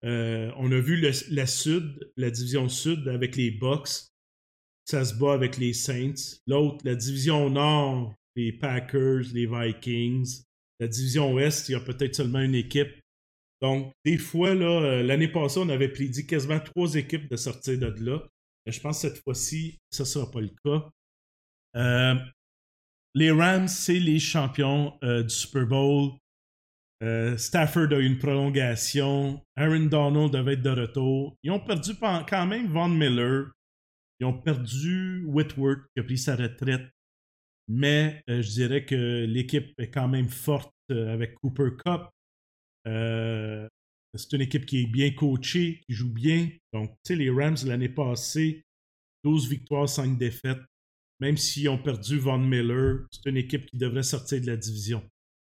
S1: Euh, on a vu le, la Sud, la division Sud avec les Bucks. Ça se bat avec les Saints. L'autre, la division Nord, les Packers, les Vikings. La division Ouest, il y a peut-être seulement une équipe. Donc, des fois, là, l'année passée, on avait prédit quasiment trois équipes de sortir de là. Je pense que cette fois-ci, ça ne sera pas le cas. Euh, les Rams, c'est les champions euh, du Super Bowl. Euh, Stafford a eu une prolongation. Aaron Donald devait être de retour. Ils ont perdu quand même Von Miller. Ils ont perdu Whitworth qui a pris sa retraite. Mais euh, je dirais que l'équipe est quand même forte euh, avec Cooper Kupp. Euh, c'est une équipe qui est bien coachée, qui joue bien. Donc, tu sais, les Rams, l'année passée, douze victoires, cinq défaites. Même s'ils ont perdu Von Miller, c'est une équipe qui devrait sortir de la division.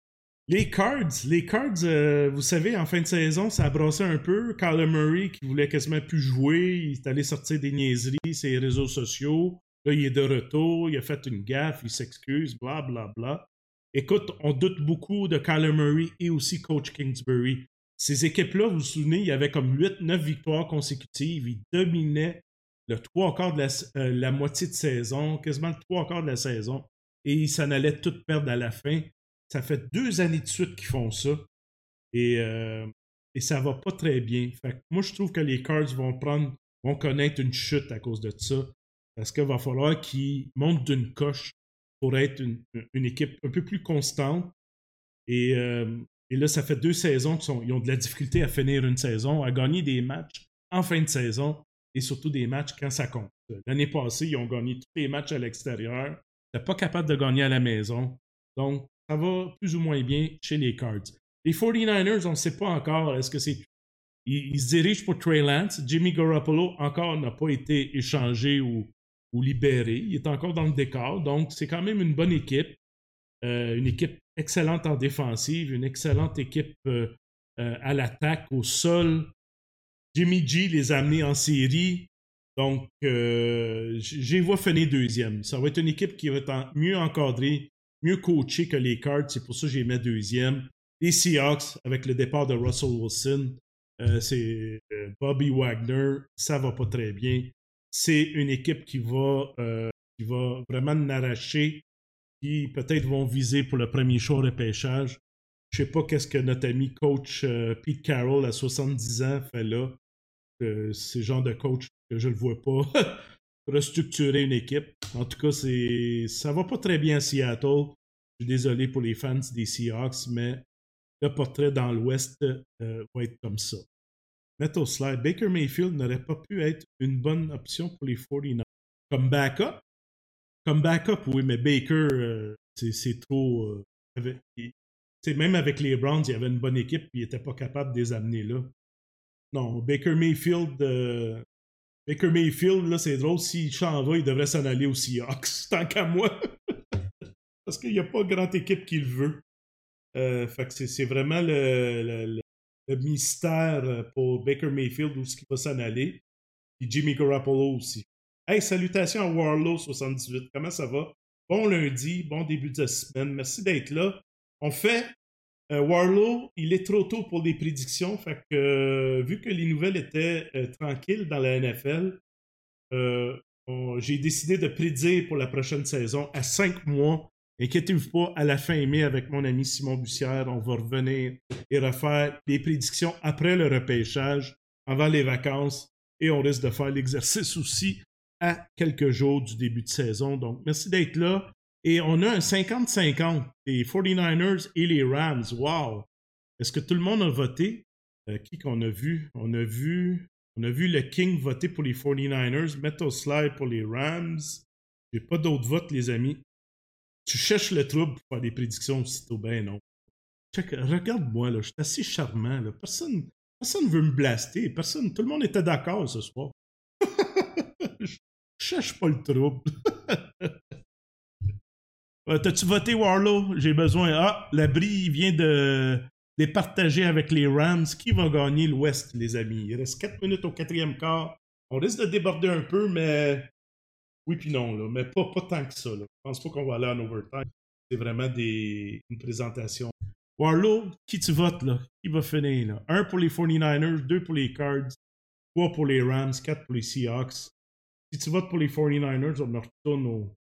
S1: Les Cards, les Cards, euh, vous savez, en fin de saison, ça a brassé un peu. Kyler Murray, qui voulait quasiment plus jouer, il est allé sortir des niaiseries sur les réseaux sociaux. Là, il est de retour, il a fait une gaffe, il s'excuse, bla, bla, bla. Écoute, on doute beaucoup de Kyler Murray et aussi Coach Kingsbury. Ces équipes-là, vous vous souvenez, il y avait comme huit neuf victoires consécutives. Ils dominaient le trois quarts de la, euh, la moitié de saison, quasiment le trois quarts de la saison. Et ils s'en allaient toutes perdre à la fin. Ça fait deux années de suite qu'ils font ça. Et, euh, et ça va pas très bien. Fait que moi, je trouve que les Cards vont prendre, vont connaître une chute à cause de ça. Parce qu'il va falloir qu'ils montent d'une coche pour être une, une équipe un peu plus constante. Et, euh, et là, ça fait deux saisons qu'ils ont de la difficulté à finir une saison, à gagner des matchs en fin de saison et surtout des matchs quand ça compte. L'année passée, ils ont gagné tous les matchs à l'extérieur. Ils n'étaient pas capables de gagner à la maison. Donc, ça va plus ou moins bien chez les Cards. Les forty-niners, on ne sait pas encore. Est-ce que c'est... Ils, ils se dirigent pour Trey Lance. Jimmy Garoppolo, encore, n'a pas été échangé ou, ou libéré. Il est encore dans le décor. Donc, c'est quand même une bonne équipe. Euh, une équipe excellente en défensive. Une excellente équipe euh, euh, à l'attaque, au sol. Jimmy G les a amenés en série. Donc, euh, j'ai vois finir deuxième. Ça va être une équipe qui va être en, mieux encadrée, mieux coachée que les Cards. C'est pour ça que j'ai mis deuxième. Les Seahawks, avec le départ de Russell Wilson, euh, c'est euh, Bobby Wagner, ça va pas très bien. C'est une équipe qui va, euh, qui va vraiment l'arracher, qui peut-être vont viser pour le premier choix au repêchage. Je sais pas qu'est-ce que notre ami coach euh, Pete Carroll à soixante-dix ans fait là. Euh, c'est le genre de coach que je ne le vois pas restructurer une équipe. En tout cas, c'est ça va pas très bien à Seattle. Je suis désolé pour les fans des Seahawks, mais le portrait dans l'Ouest euh, va être comme ça. Metal Slide, Baker Mayfield n'aurait pas pu être une bonne option pour les forty-niners. Comme backup? Comme backup, oui, mais Baker, euh, c'est, c'est trop... Euh, avec, il, même avec les Browns, il y avait une bonne équipe et il n'était pas capable de les amener là. Non, Baker Mayfield... Euh, Baker Mayfield, là, c'est drôle, s'il s'en va, il devrait s'en aller aux Seahawks, tant qu'à moi. Parce qu'il n'y a pas grande équipe qui le veut. Euh, fait que c'est, c'est vraiment le, le, le mystère pour Baker Mayfield où est-ce qu'il va s'en aller. Et Jimmy Garoppolo aussi. Hey, salutations à Warlow soixante-dix-huit. Comment ça va? Bon lundi, bon début de semaine. Merci d'être là. On fait... Euh, Warlow, il est trop tôt pour les prédictions. Fait que, euh, vu que les nouvelles étaient euh, tranquilles dans la N F L, euh, on, j'ai décidé de prédire pour la prochaine saison à cinq mois. Inquiétez-vous pas, à la fin mai, avec mon ami Simon Bussière, on va revenir et refaire les prédictions après le repêchage, avant les vacances, et on risque de faire l'exercice aussi à quelques jours du début de saison. Donc, merci d'être là. Et on a un cinquante cinquante, les forty-niners et les Rams. Wow! Est-ce que tout le monde a voté? Euh, qui qu'on a vu? On a vu... On a vu le King voter pour les forty-niners, Metal Slide pour les Rams. J'ai pas d'autres votes, les amis. Tu cherches le trouble pour faire des prédictions aussitôt, ben non. Check, regarde-moi, là, je suis assez charmant. Là. Personne personne veut me blaster. Personne, tout le monde était d'accord ce soir. Je cherche pas le trouble. Euh, t'as-tu voté, Warlow? J'ai besoin. Ah, l'abri vient de les partager avec les Rams. Qui va gagner l'Ouest, les amis? Il reste quatre minutes au quatrième quart. On risque de déborder un peu, mais... Oui puis non, là. Mais pas, pas tant que ça. Là. Je pense pas qu'on va aller en overtime. C'est vraiment des... une présentation. Warlow, qui tu votes, là? Qui va finir, là? Un pour les forty-niners, deux pour les Cards, trois pour les Rams, quatre pour les Seahawks. Si tu votes pour les forty-niners, on me retourne au...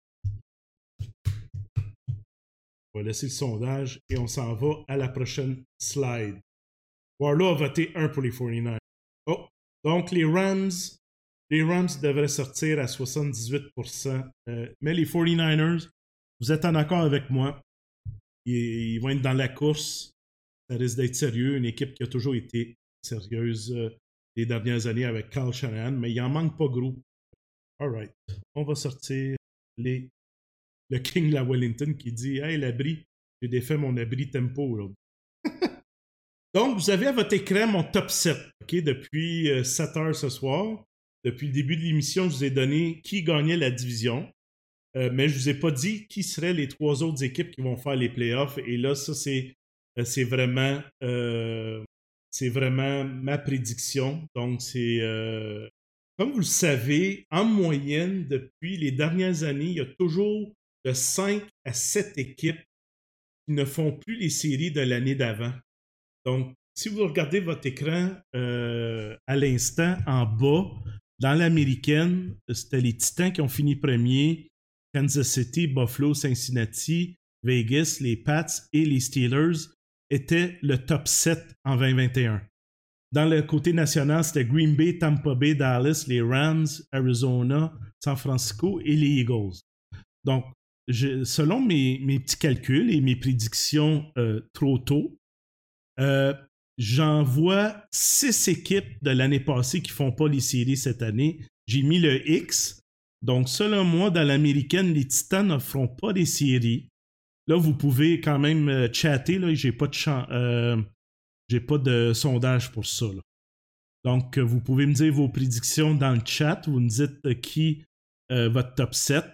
S1: On va laisser le sondage et on s'en va à la prochaine slide. Warlow a voté un pour les forty-niners. Oh, donc les Rams, les Rams devraient sortir à soixante-dix-huit pour cent. Euh, mais les forty-niners, vous êtes en accord avec moi. Ils, ils vont être dans la course. Ça risque d'être sérieux. Une équipe qui a toujours été sérieuse euh, les dernières années avec Kyle Shanahan, mais il en manque pas gros. All right. On va sortir les... le King de la Wellington qui dit « Hey, l'abri, j'ai défait mon abri tempo. » là. Donc, vous avez à votre écran mon top sept, OK, depuis euh, sept heures ce soir. Depuis le début de l'émission, je vous ai donné qui gagnait la division, euh, mais je ne vous ai pas dit qui seraient les trois autres équipes qui vont faire les playoffs. Et là, ça, c'est, euh, c'est, vraiment, euh, c'est vraiment ma prédiction. Donc, c'est... Euh, comme vous le savez, en moyenne, depuis les dernières années, il y a toujours de cinq à sept équipes qui ne font plus les séries de l'année d'avant. Donc, si vous regardez votre écran euh, à l'instant, en bas, dans l'américaine, c'était les Titans qui ont fini premier, Kansas City, Buffalo, Cincinnati, Vegas, les Pats et les Steelers étaient le top sept en vingt vingt et un. Dans le côté national, c'était Green Bay, Tampa Bay, Dallas, les Rams, Arizona, San Francisco et les Eagles. Donc, je, selon mes, mes petits calculs et mes prédictions euh, trop tôt, euh, j'en vois six équipes de l'année passée qui ne font pas les séries cette année. J'ai mis le X. Donc, selon moi, dans l'américaine, les Titans ne feront pas les séries. Là, vous pouvez quand même euh, chatter. Là, j'ai pas de champ, euh, j'ai pas de sondage pour ça. Là. Donc, vous pouvez me dire vos prédictions dans le chat. Vous me dites euh, qui euh, votre top sept.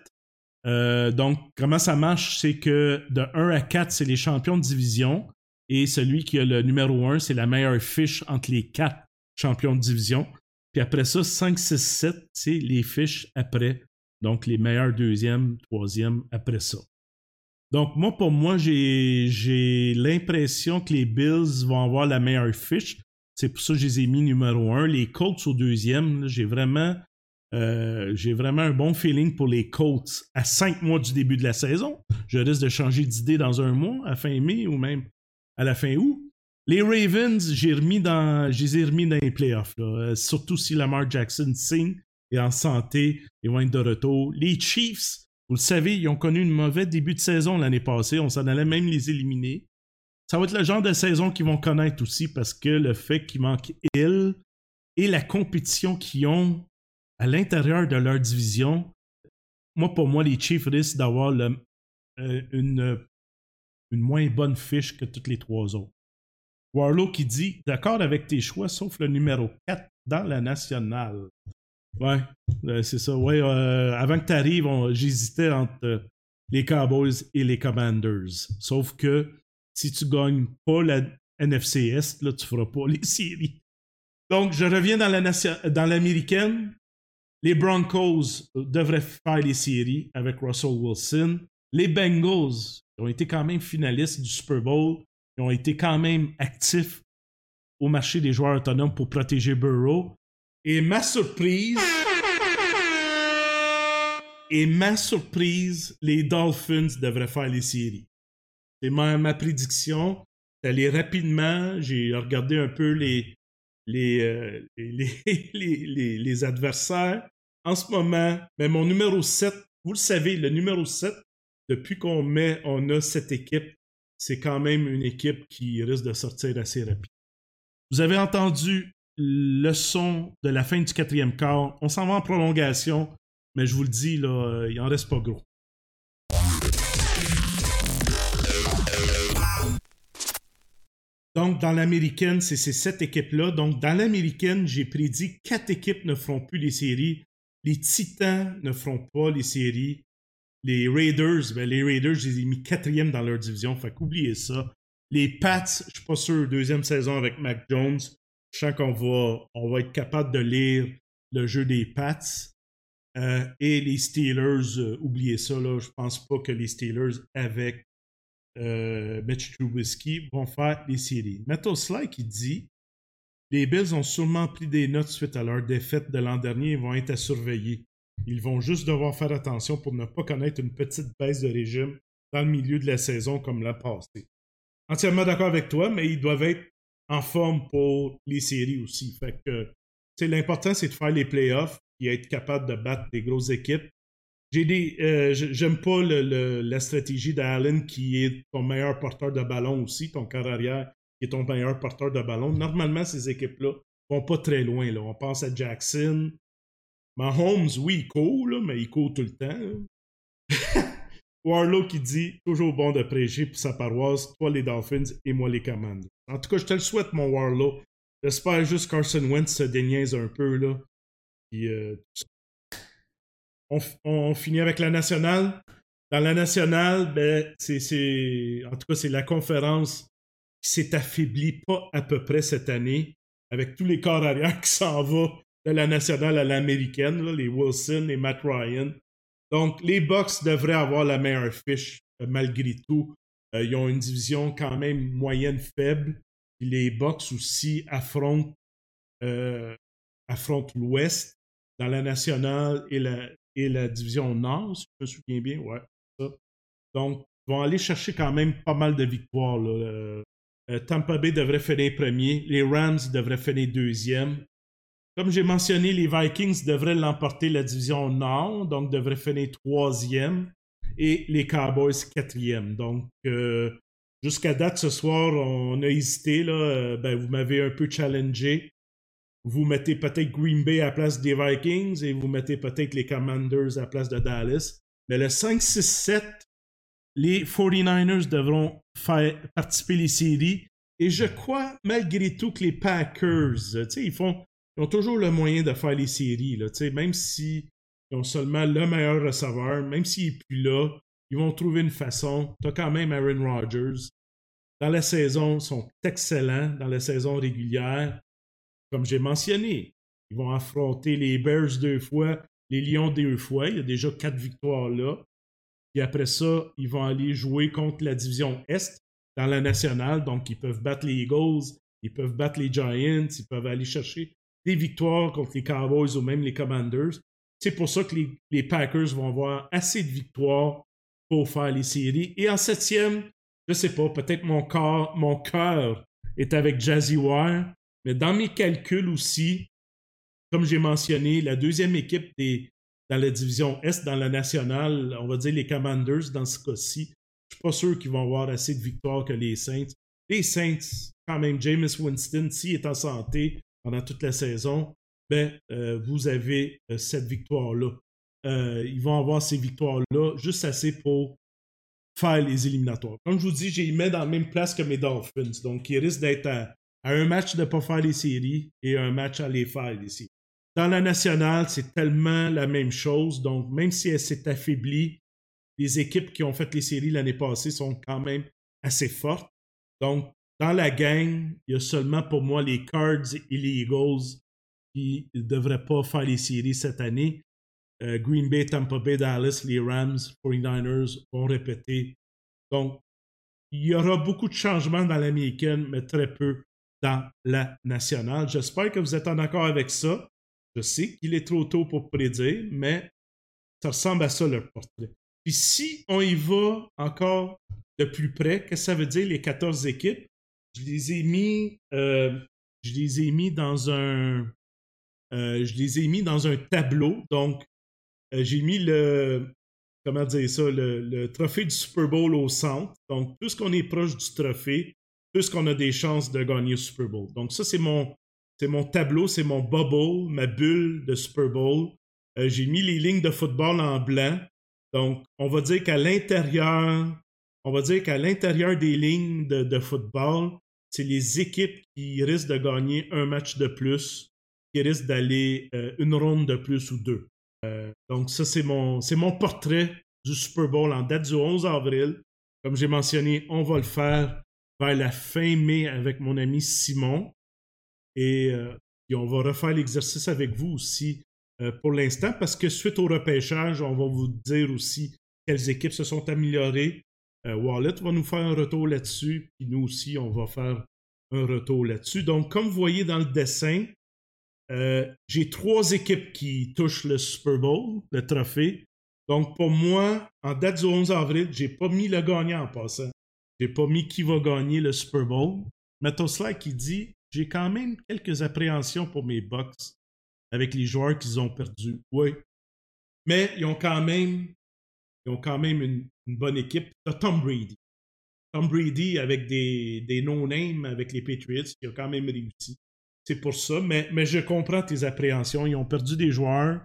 S1: Euh, donc, comment ça marche? C'est que de un à quatre, c'est les champions de division. Et celui qui a le numéro un, c'est la meilleure fiche entre les quatre champions de division. Puis après ça, cinq, six, sept, c'est les fiches après. Donc, les meilleurs deuxième, troisième après ça. Donc, moi, pour moi, j'ai, j'ai l'impression que les Bills vont avoir la meilleure fiche. C'est pour ça que je les ai mis numéro un. Les Colts au deuxième, là, j'ai vraiment... Euh, j'ai vraiment un bon feeling pour les Colts à cinq mois du début de la saison. Je risque de changer d'idée dans un mois, à fin mai ou même à la fin août. Les Ravens, j'ai remis dans, je les ai remis dans les playoffs. Là. Euh, surtout si Lamar Jackson signe et en santé, ils vont être de retour. Les Chiefs, vous le savez, ils ont connu un mauvais début de saison l'année passée. On s'en allait même les éliminer. Ça va être le genre de saison qu'ils vont connaître aussi parce que le fait qu'il manque Hill et la compétition qu'ils ont à l'intérieur de leur division, moi, pour moi, les Chiefs risquent d'avoir le, euh, une, une moins bonne fiche que toutes les trois autres. Warlow qui dit « D'accord avec tes choix, sauf le numéro quatre dans la nationale. » Ouais, euh, c'est ça. Ouais, euh, avant que tu arrives, j'hésitais entre euh, les Cowboys et les Commanders. Sauf que si tu gagnes pas la N F C Est, là, tu feras pas les séries. Donc, je reviens dans, la nation- dans l'américaine. Les Broncos devraient faire les séries avec Russell Wilson. Les Bengals ont été quand même finalistes du Super Bowl. Ils ont été quand même actifs au marché des joueurs autonomes pour protéger Burrow. Et ma surprise... Et ma surprise, les Dolphins devraient faire les séries. C'est ma, ma prédiction. J'allais rapidement. J'ai regardé un peu les... Les, euh, les, les, les, les adversaires. En ce moment, mais mon numéro sept, vous le savez, le numéro sept, depuis qu'on met, on a cette équipe, c'est quand même une équipe qui risque de sortir assez rapide. Vous avez entendu le son de la fin du quatrième quart. On s'en va en prolongation, mais je vous le dis, là, il en reste pas gros. Donc, dans l'américaine, c'est ces sept équipes-là. Donc, dans l'américaine, j'ai prédit quatre équipes ne feront plus les séries. Les Titans ne feront pas les séries. Les Raiders, ben les Raiders, je les ai mis quatrième dans leur division. Fait qu'oubliez ça. Les Pats, je suis pas sûr, deuxième saison avec Mac Jones. Je sens qu'on va, on va être capable de lire le jeu des Pats. Euh, et les Steelers, euh, oubliez ça, là. Je pense pas que les Steelers, avec euh, Mitch Trubisky vont faire les séries. Metal Sly qui dit les Bills ont sûrement pris des notes suite à leur défaite de l'an dernier et vont être à surveiller. Ils vont juste devoir faire attention pour ne pas connaître une petite baisse de régime dans le milieu de la saison comme l'a passé. Entièrement d'accord avec toi, mais ils doivent être en forme pour les séries aussi. Fait que, l'important, c'est de faire les playoffs et être capable de battre des grosses équipes. J'ai des, euh, j'aime pas le, le, la stratégie d'Allen qui est ton meilleur porteur de ballon aussi, ton corps arrière qui est ton meilleur porteur de ballon. Normalement, ces équipes-là vont pas très loin. Là. On pense à Jackson. Mahomes, oui, il court, là, mais il court tout le temps. Warlow qui dit toujours bon de prêcher pour sa paroisse, toi les Dolphins et moi les Commanders. En tout cas, je te le souhaite, mon Warlow. J'espère juste Carson Wentz se déniaise un peu, là. Puis, euh, on, on finit avec la nationale. Dans la nationale, ben, c'est, c'est, en tout cas, c'est la conférence qui s'est affaiblie pas à peu près cette année, avec tous les corps arrière qui s'en vont de la nationale à l'américaine, là, les Wilson, les Matt Ryan. Donc, les Bucks devraient avoir la meilleure fiche, euh, malgré tout. Euh, ils ont une division quand même moyenne faible. Puis les Bucks aussi affrontent, euh, affrontent l'Ouest dans la nationale et la, et la division Nord, si je me souviens bien. Ouais, ça. Donc, ils vont aller chercher quand même pas mal de victoires. Là. Euh, euh, Tampa Bay devrait finir premier. Les Rams devraient finir deuxième. Comme j'ai mentionné, les Vikings devraient l'emporter la division Nord, donc devraient finir troisième, et les Cowboys quatrième. Donc, euh, jusqu'à date, ce soir, on a hésité. Là, euh, ben, vous m'avez un peu challengé. Vous mettez peut-être Green Bay à la place des Vikings et vous mettez peut-être les Commanders à la place de Dallas. Mais le cinq, six, sept, les forty-niners devront faire participer les séries. Et je crois, malgré tout, que les Packers, tu sais, ils font... Ils ont toujours le moyen de faire les séries, là, même s'ils ont seulement le meilleur receveur, même s'il n'est plus là, ils vont trouver une façon. Tu as quand même Aaron Rodgers. Dans la saison, ils sont excellents dans la saison régulière. Comme j'ai mentionné, ils vont affronter les Bears deux fois, les Lions deux fois. Il y a déjà quatre victoires là. Puis après ça, ils vont aller jouer contre la division Est dans la nationale. Donc, ils peuvent battre les Eagles, ils peuvent battre les Giants, ils peuvent aller chercher des victoires contre les Cowboys ou même les Commanders. C'est pour ça que les, les Packers vont avoir assez de victoires pour faire les séries. Et en septième, je sais pas, peut-être mon corps, mon cœur est avec Jazzy Wire, mais dans mes calculs aussi, comme j'ai mentionné, la deuxième équipe des, dans la division Est, dans la nationale, on va dire les Commanders dans ce cas-ci, je suis pas sûr qu'ils vont avoir assez de victoires que les Saints. Les Saints, quand même, Jameis Winston, s'il est en santé pendant toute la saison, ben, euh, vous avez euh, cette victoire-là. Euh, ils vont avoir ces victoires-là juste assez pour faire les éliminatoires. Comme je vous dis, j'ai mis dans la même place que mes Dolphins. Donc, ils risquent d'être à, à un match de ne pas faire les séries et un match à les faire les séries. Dans la nationale, c'est tellement la même chose. Donc, même si elle s'est affaiblie, les équipes qui ont fait les séries l'année passée sont quand même assez fortes. Donc, dans la gang, il y a seulement pour moi les Cards et les Eagles qui ne devraient pas faire les séries cette année. Euh, Green Bay, Tampa Bay, Dallas, les Rams, forty-niners vont répéter. Donc, il y aura beaucoup de changements dans l'américaine, mais très peu dans la nationale. J'espère que vous êtes en accord avec ça. Je sais qu'il est trop tôt pour prédire, mais ça ressemble à ça leur portrait. Puis si on y va encore de plus près, qu'est-ce que ça veut dire les quatorze équipes? Je les ai mis, euh, je les ai mis dans un, euh, je les ai mis dans un tableau. Donc, euh, j'ai mis le, comment dire ça, le, le trophée du Super Bowl au centre. Donc, plus qu'on est proche du trophée, plus qu'on a des chances de gagner le Super Bowl. Donc, ça, c'est mon, c'est mon tableau, c'est mon bubble, ma bulle de Super Bowl. Euh, j'ai mis les lignes de football en blanc. Donc, on va dire qu'à l'intérieur, on va dire qu'à l'intérieur des lignes de, de football, c'est les équipes qui risquent de gagner un match de plus, qui risquent d'aller euh, une ronde de plus ou deux. Euh, donc, ça, c'est mon, c'est mon portrait du Super Bowl en date du onze avril. Comme j'ai mentionné, on va le faire vers la fin mai avec mon ami Simon. Et, euh, et on va refaire l'exercice avec vous aussi euh, pour l'instant, parce que suite au repêchage, on va vous dire aussi quelles équipes se sont améliorées. Euh, Wallet va nous faire un retour là-dessus, puis nous aussi, on va faire un retour là-dessus. Donc, comme vous voyez dans le dessin, euh, j'ai trois équipes qui touchent le Super Bowl, le trophée. Donc, pour moi, en date du onze avril, j'ai pas mis le gagnant en passant. J'ai pas mis qui va gagner le Super Bowl. Metoslide qui dit, j'ai quand même quelques appréhensions pour mes Bucks avec les joueurs qu'ils ont perdus. Oui. Mais ils ont quand même, ils ont quand même une, une bonne équipe. T'as Tom Brady. Tom Brady avec des, des no-names avec les Patriots, qui a quand même réussi. C'est pour ça. Mais, mais je comprends tes appréhensions. Ils ont perdu des joueurs.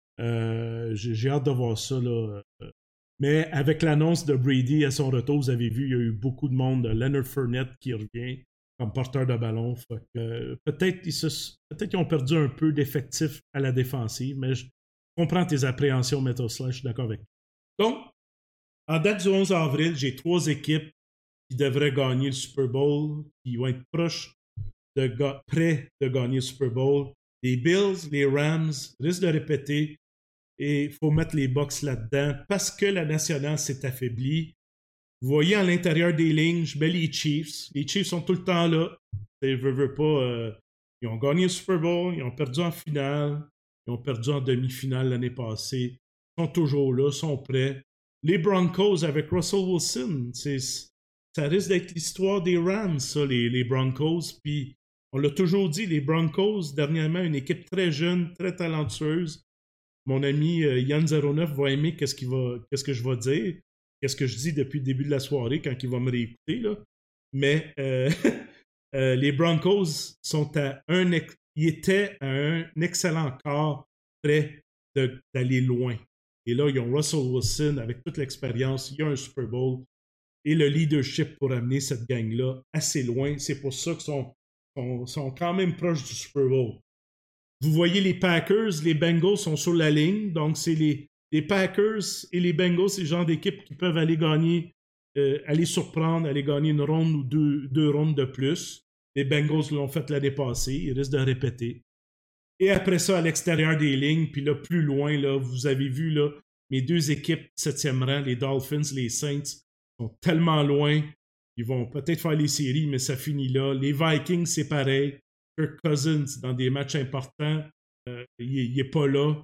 S1: Euh, j'ai, j'ai hâte de voir ça, là. Mais avec l'annonce de Brady à son retour, vous avez vu, il y a eu beaucoup de monde. Leonard Fournette qui revient comme porteur de ballon. Fait que, euh, peut-être, ils se, peut-être qu'ils ont perdu un peu d'effectifs à la défensive, mais je comprends tes appréhensions, Metoslide, je suis d'accord avec toi. Donc, en date du onze avril, j'ai trois équipes qui devraient gagner le Super Bowl, qui vont être proches de ga- près de gagner le Super Bowl. Les Bills, les Rams risquent de répéter et il faut mettre les Bucks là-dedans parce que la nationale s'est affaiblie. Vous voyez à l'intérieur des lignes, je mets les Chiefs. Les Chiefs sont tout le temps là. Ils veulent, veulent pas. Euh, ils ont gagné le Super Bowl, ils ont perdu en finale, ils ont perdu en demi-finale l'année passée. Ils sont toujours là, sont prêts. Les Broncos avec Russell Wilson, c'est, ça risque d'être l'histoire des Rams, ça, les, les Broncos. Puis on l'a toujours dit, les Broncos, dernièrement, une équipe très jeune, très talentueuse. Mon ami euh, Yann zéro neuf va aimer qu'est-ce, qu'il va, qu'est-ce que je vais dire, qu'est-ce que je dis depuis le début de la soirée quand il va me réécouter. Là. Mais euh, euh, les Broncos sont à un, ex- ils étaient à un excellent quart près de, d'aller loin. Et là, ils ont Russell Wilson avec toute l'expérience, il y a un Super Bowl et le leadership pour amener cette gang-là assez loin. C'est pour ça qu'ils sont, sont, sont quand même proches du Super Bowl. Vous voyez les Packers, les Bengals sont sur la ligne. Donc, c'est les, les Packers et les Bengals, c'est le genre d'équipe qui peuvent aller gagner, euh, aller surprendre, aller gagner une ronde ou deux, deux rondes de plus. Les Bengals l'ont fait l'année passée. Ils risquent de répéter. Et après ça, à l'extérieur des lignes, puis là, plus loin, là, vous avez vu là, mes deux équipes septième rang, les Dolphins, les Saints, sont tellement loin. Ils vont peut-être faire les séries, mais ça finit là. Les Vikings, c'est pareil. Kirk Cousins, dans des matchs importants, euh, il n'est pas là.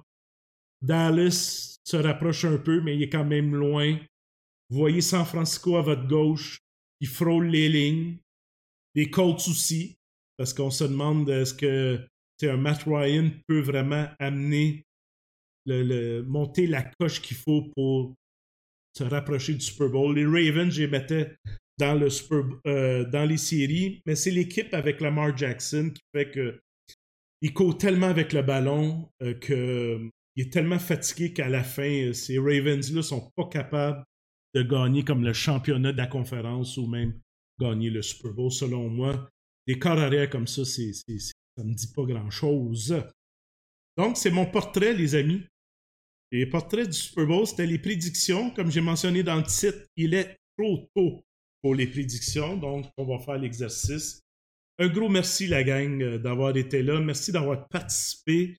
S1: Dallas se rapproche un peu, mais il est quand même loin. Vous voyez San Francisco à votre gauche, qui frôle les lignes. Les Colts aussi, parce qu'on se demande est-ce que un Matt Ryan peut vraiment amener, le, le, monter la coche qu'il faut pour se rapprocher du Super Bowl. Les Ravens, je les mettais dans, le Super, euh, dans les séries, mais c'est l'équipe avec Lamar Jackson qui fait que il court tellement avec le ballon euh, qu'il est tellement fatigué qu'à la fin, ces Ravens-là sont pas capables de gagner comme le championnat de la conférence ou même gagner le Super Bowl, selon moi. Des corps arrière comme ça, c'est, c'est, c'est, ça ne me dit pas grand-chose. Donc, c'est mon portrait, les amis. Les portraits du Super Bowl, c'était les prédictions. Comme j'ai mentionné dans le titre, il est trop tôt pour les prédictions, donc on va faire l'exercice. Un gros merci, la gang, d'avoir été là. Merci d'avoir participé.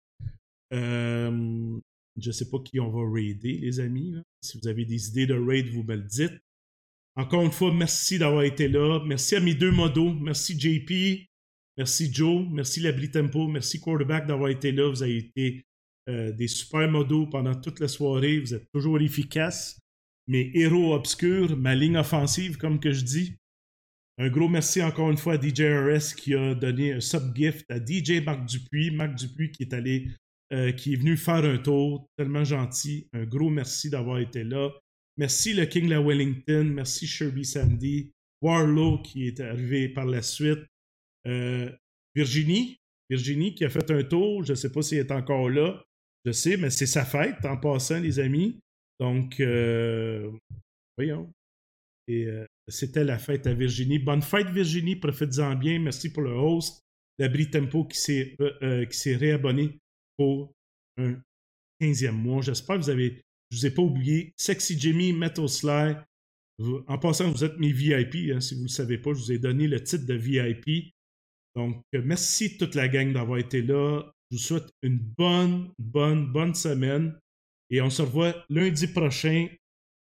S1: Euh, je ne sais pas qui on va raider, les amis. Là. Si vous avez des idées de raid, vous me le dites. Encore une fois, merci d'avoir été là. Merci à mes deux modos. Merci J P. Merci Joe. Merci Labri Tempo. Merci Quarterback d'avoir été là. Vous avez été euh, des super modos pendant toute la soirée. Vous êtes toujours efficaces. Mes héros obscurs, ma ligne offensive, comme que je dis. Un gros merci encore une fois à D J R S qui a donné un sub-gift à D J Marc Dupuis. Marc Dupuis qui est allé, euh, qui est venu faire un tour. Tellement gentil. Un gros merci d'avoir été là. Merci le King La Wellington. Merci Sherby Sandy. Warlow qui est arrivé par la suite. Euh, Virginie. Virginie qui a fait un tour. Je ne sais pas si elle est encore là. Je sais, mais c'est sa fête en passant, les amis. Donc, euh, voyons. Et euh, c'était la fête à Virginie. Bonne fête, Virginie. Profitez-en bien. Merci pour le host. Labri Tempo qui s'est, euh, qui s'est réabonné pour un quinzième mois. J'espère que vous avez... Je ne vous ai pas oublié. Sexy Jimmy, Metal Sly. Vous, en passant, vous êtes mes V I P. Hein, si vous ne le savez pas, je vous ai donné le titre de V I P. Donc, euh, merci toute la gang d'avoir été là. Je vous souhaite une bonne, bonne, bonne semaine. Et on se revoit lundi prochain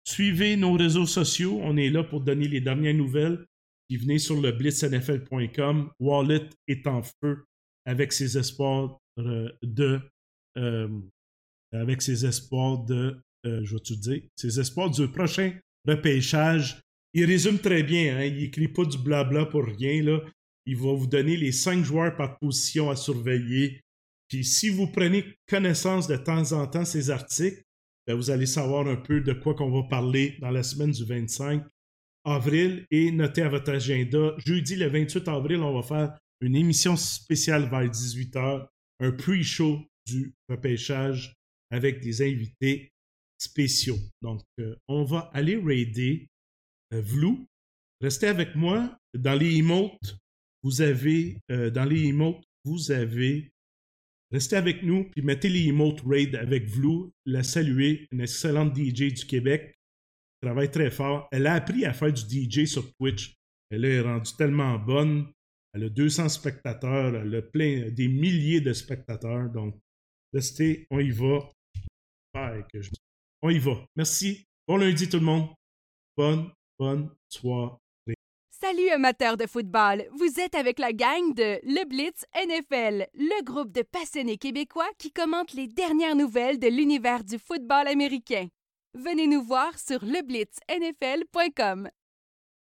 S1: Suivez nos réseaux sociaux. On est là pour donner les dernières nouvelles. Puis venez sur le blitz N F L point com. Wallet est en feu avec ses espoirs euh, de... Euh, avec ses espoirs de... Euh, je vais te dire, ses espoirs du prochain repêchage. Il résume très bien, hein? Il écrit pas du blabla pour rien, là. Il va vous donner les cinq joueurs par position à surveiller. Puis si vous prenez connaissance de temps en temps ces articles, ben vous allez savoir un peu de quoi qu'on va parler dans la semaine du vingt-cinq avril. Et notez à votre agenda, jeudi le vingt-huit avril, on va faire une émission spéciale vers dix-huit heures, un pre-show du repêchage avec des invités spéciaux. Donc, euh, on va aller raider euh, Vlou. Restez avec moi. Dans les emotes, vous avez, euh, dans les emotes, vous avez, restez avec nous, puis mettez les emotes raid avec Vlou, la saluer, une excellente D J du Québec, travaille très fort. Elle a appris à faire du D J sur Twitch. Elle est rendue tellement bonne. Elle a deux cents spectateurs, elle a plein, des milliers de spectateurs. Donc, restez, on y va. Ouais, que je... On y va. Merci. Bon lundi tout le monde. Bonne, bonne soirée.
S3: Salut amateurs de football, vous êtes avec la gang de Le Blitz N F L, le groupe de passionnés québécois qui commente les dernières nouvelles de l'univers du football américain. Venez nous voir sur le blitz N F L point com.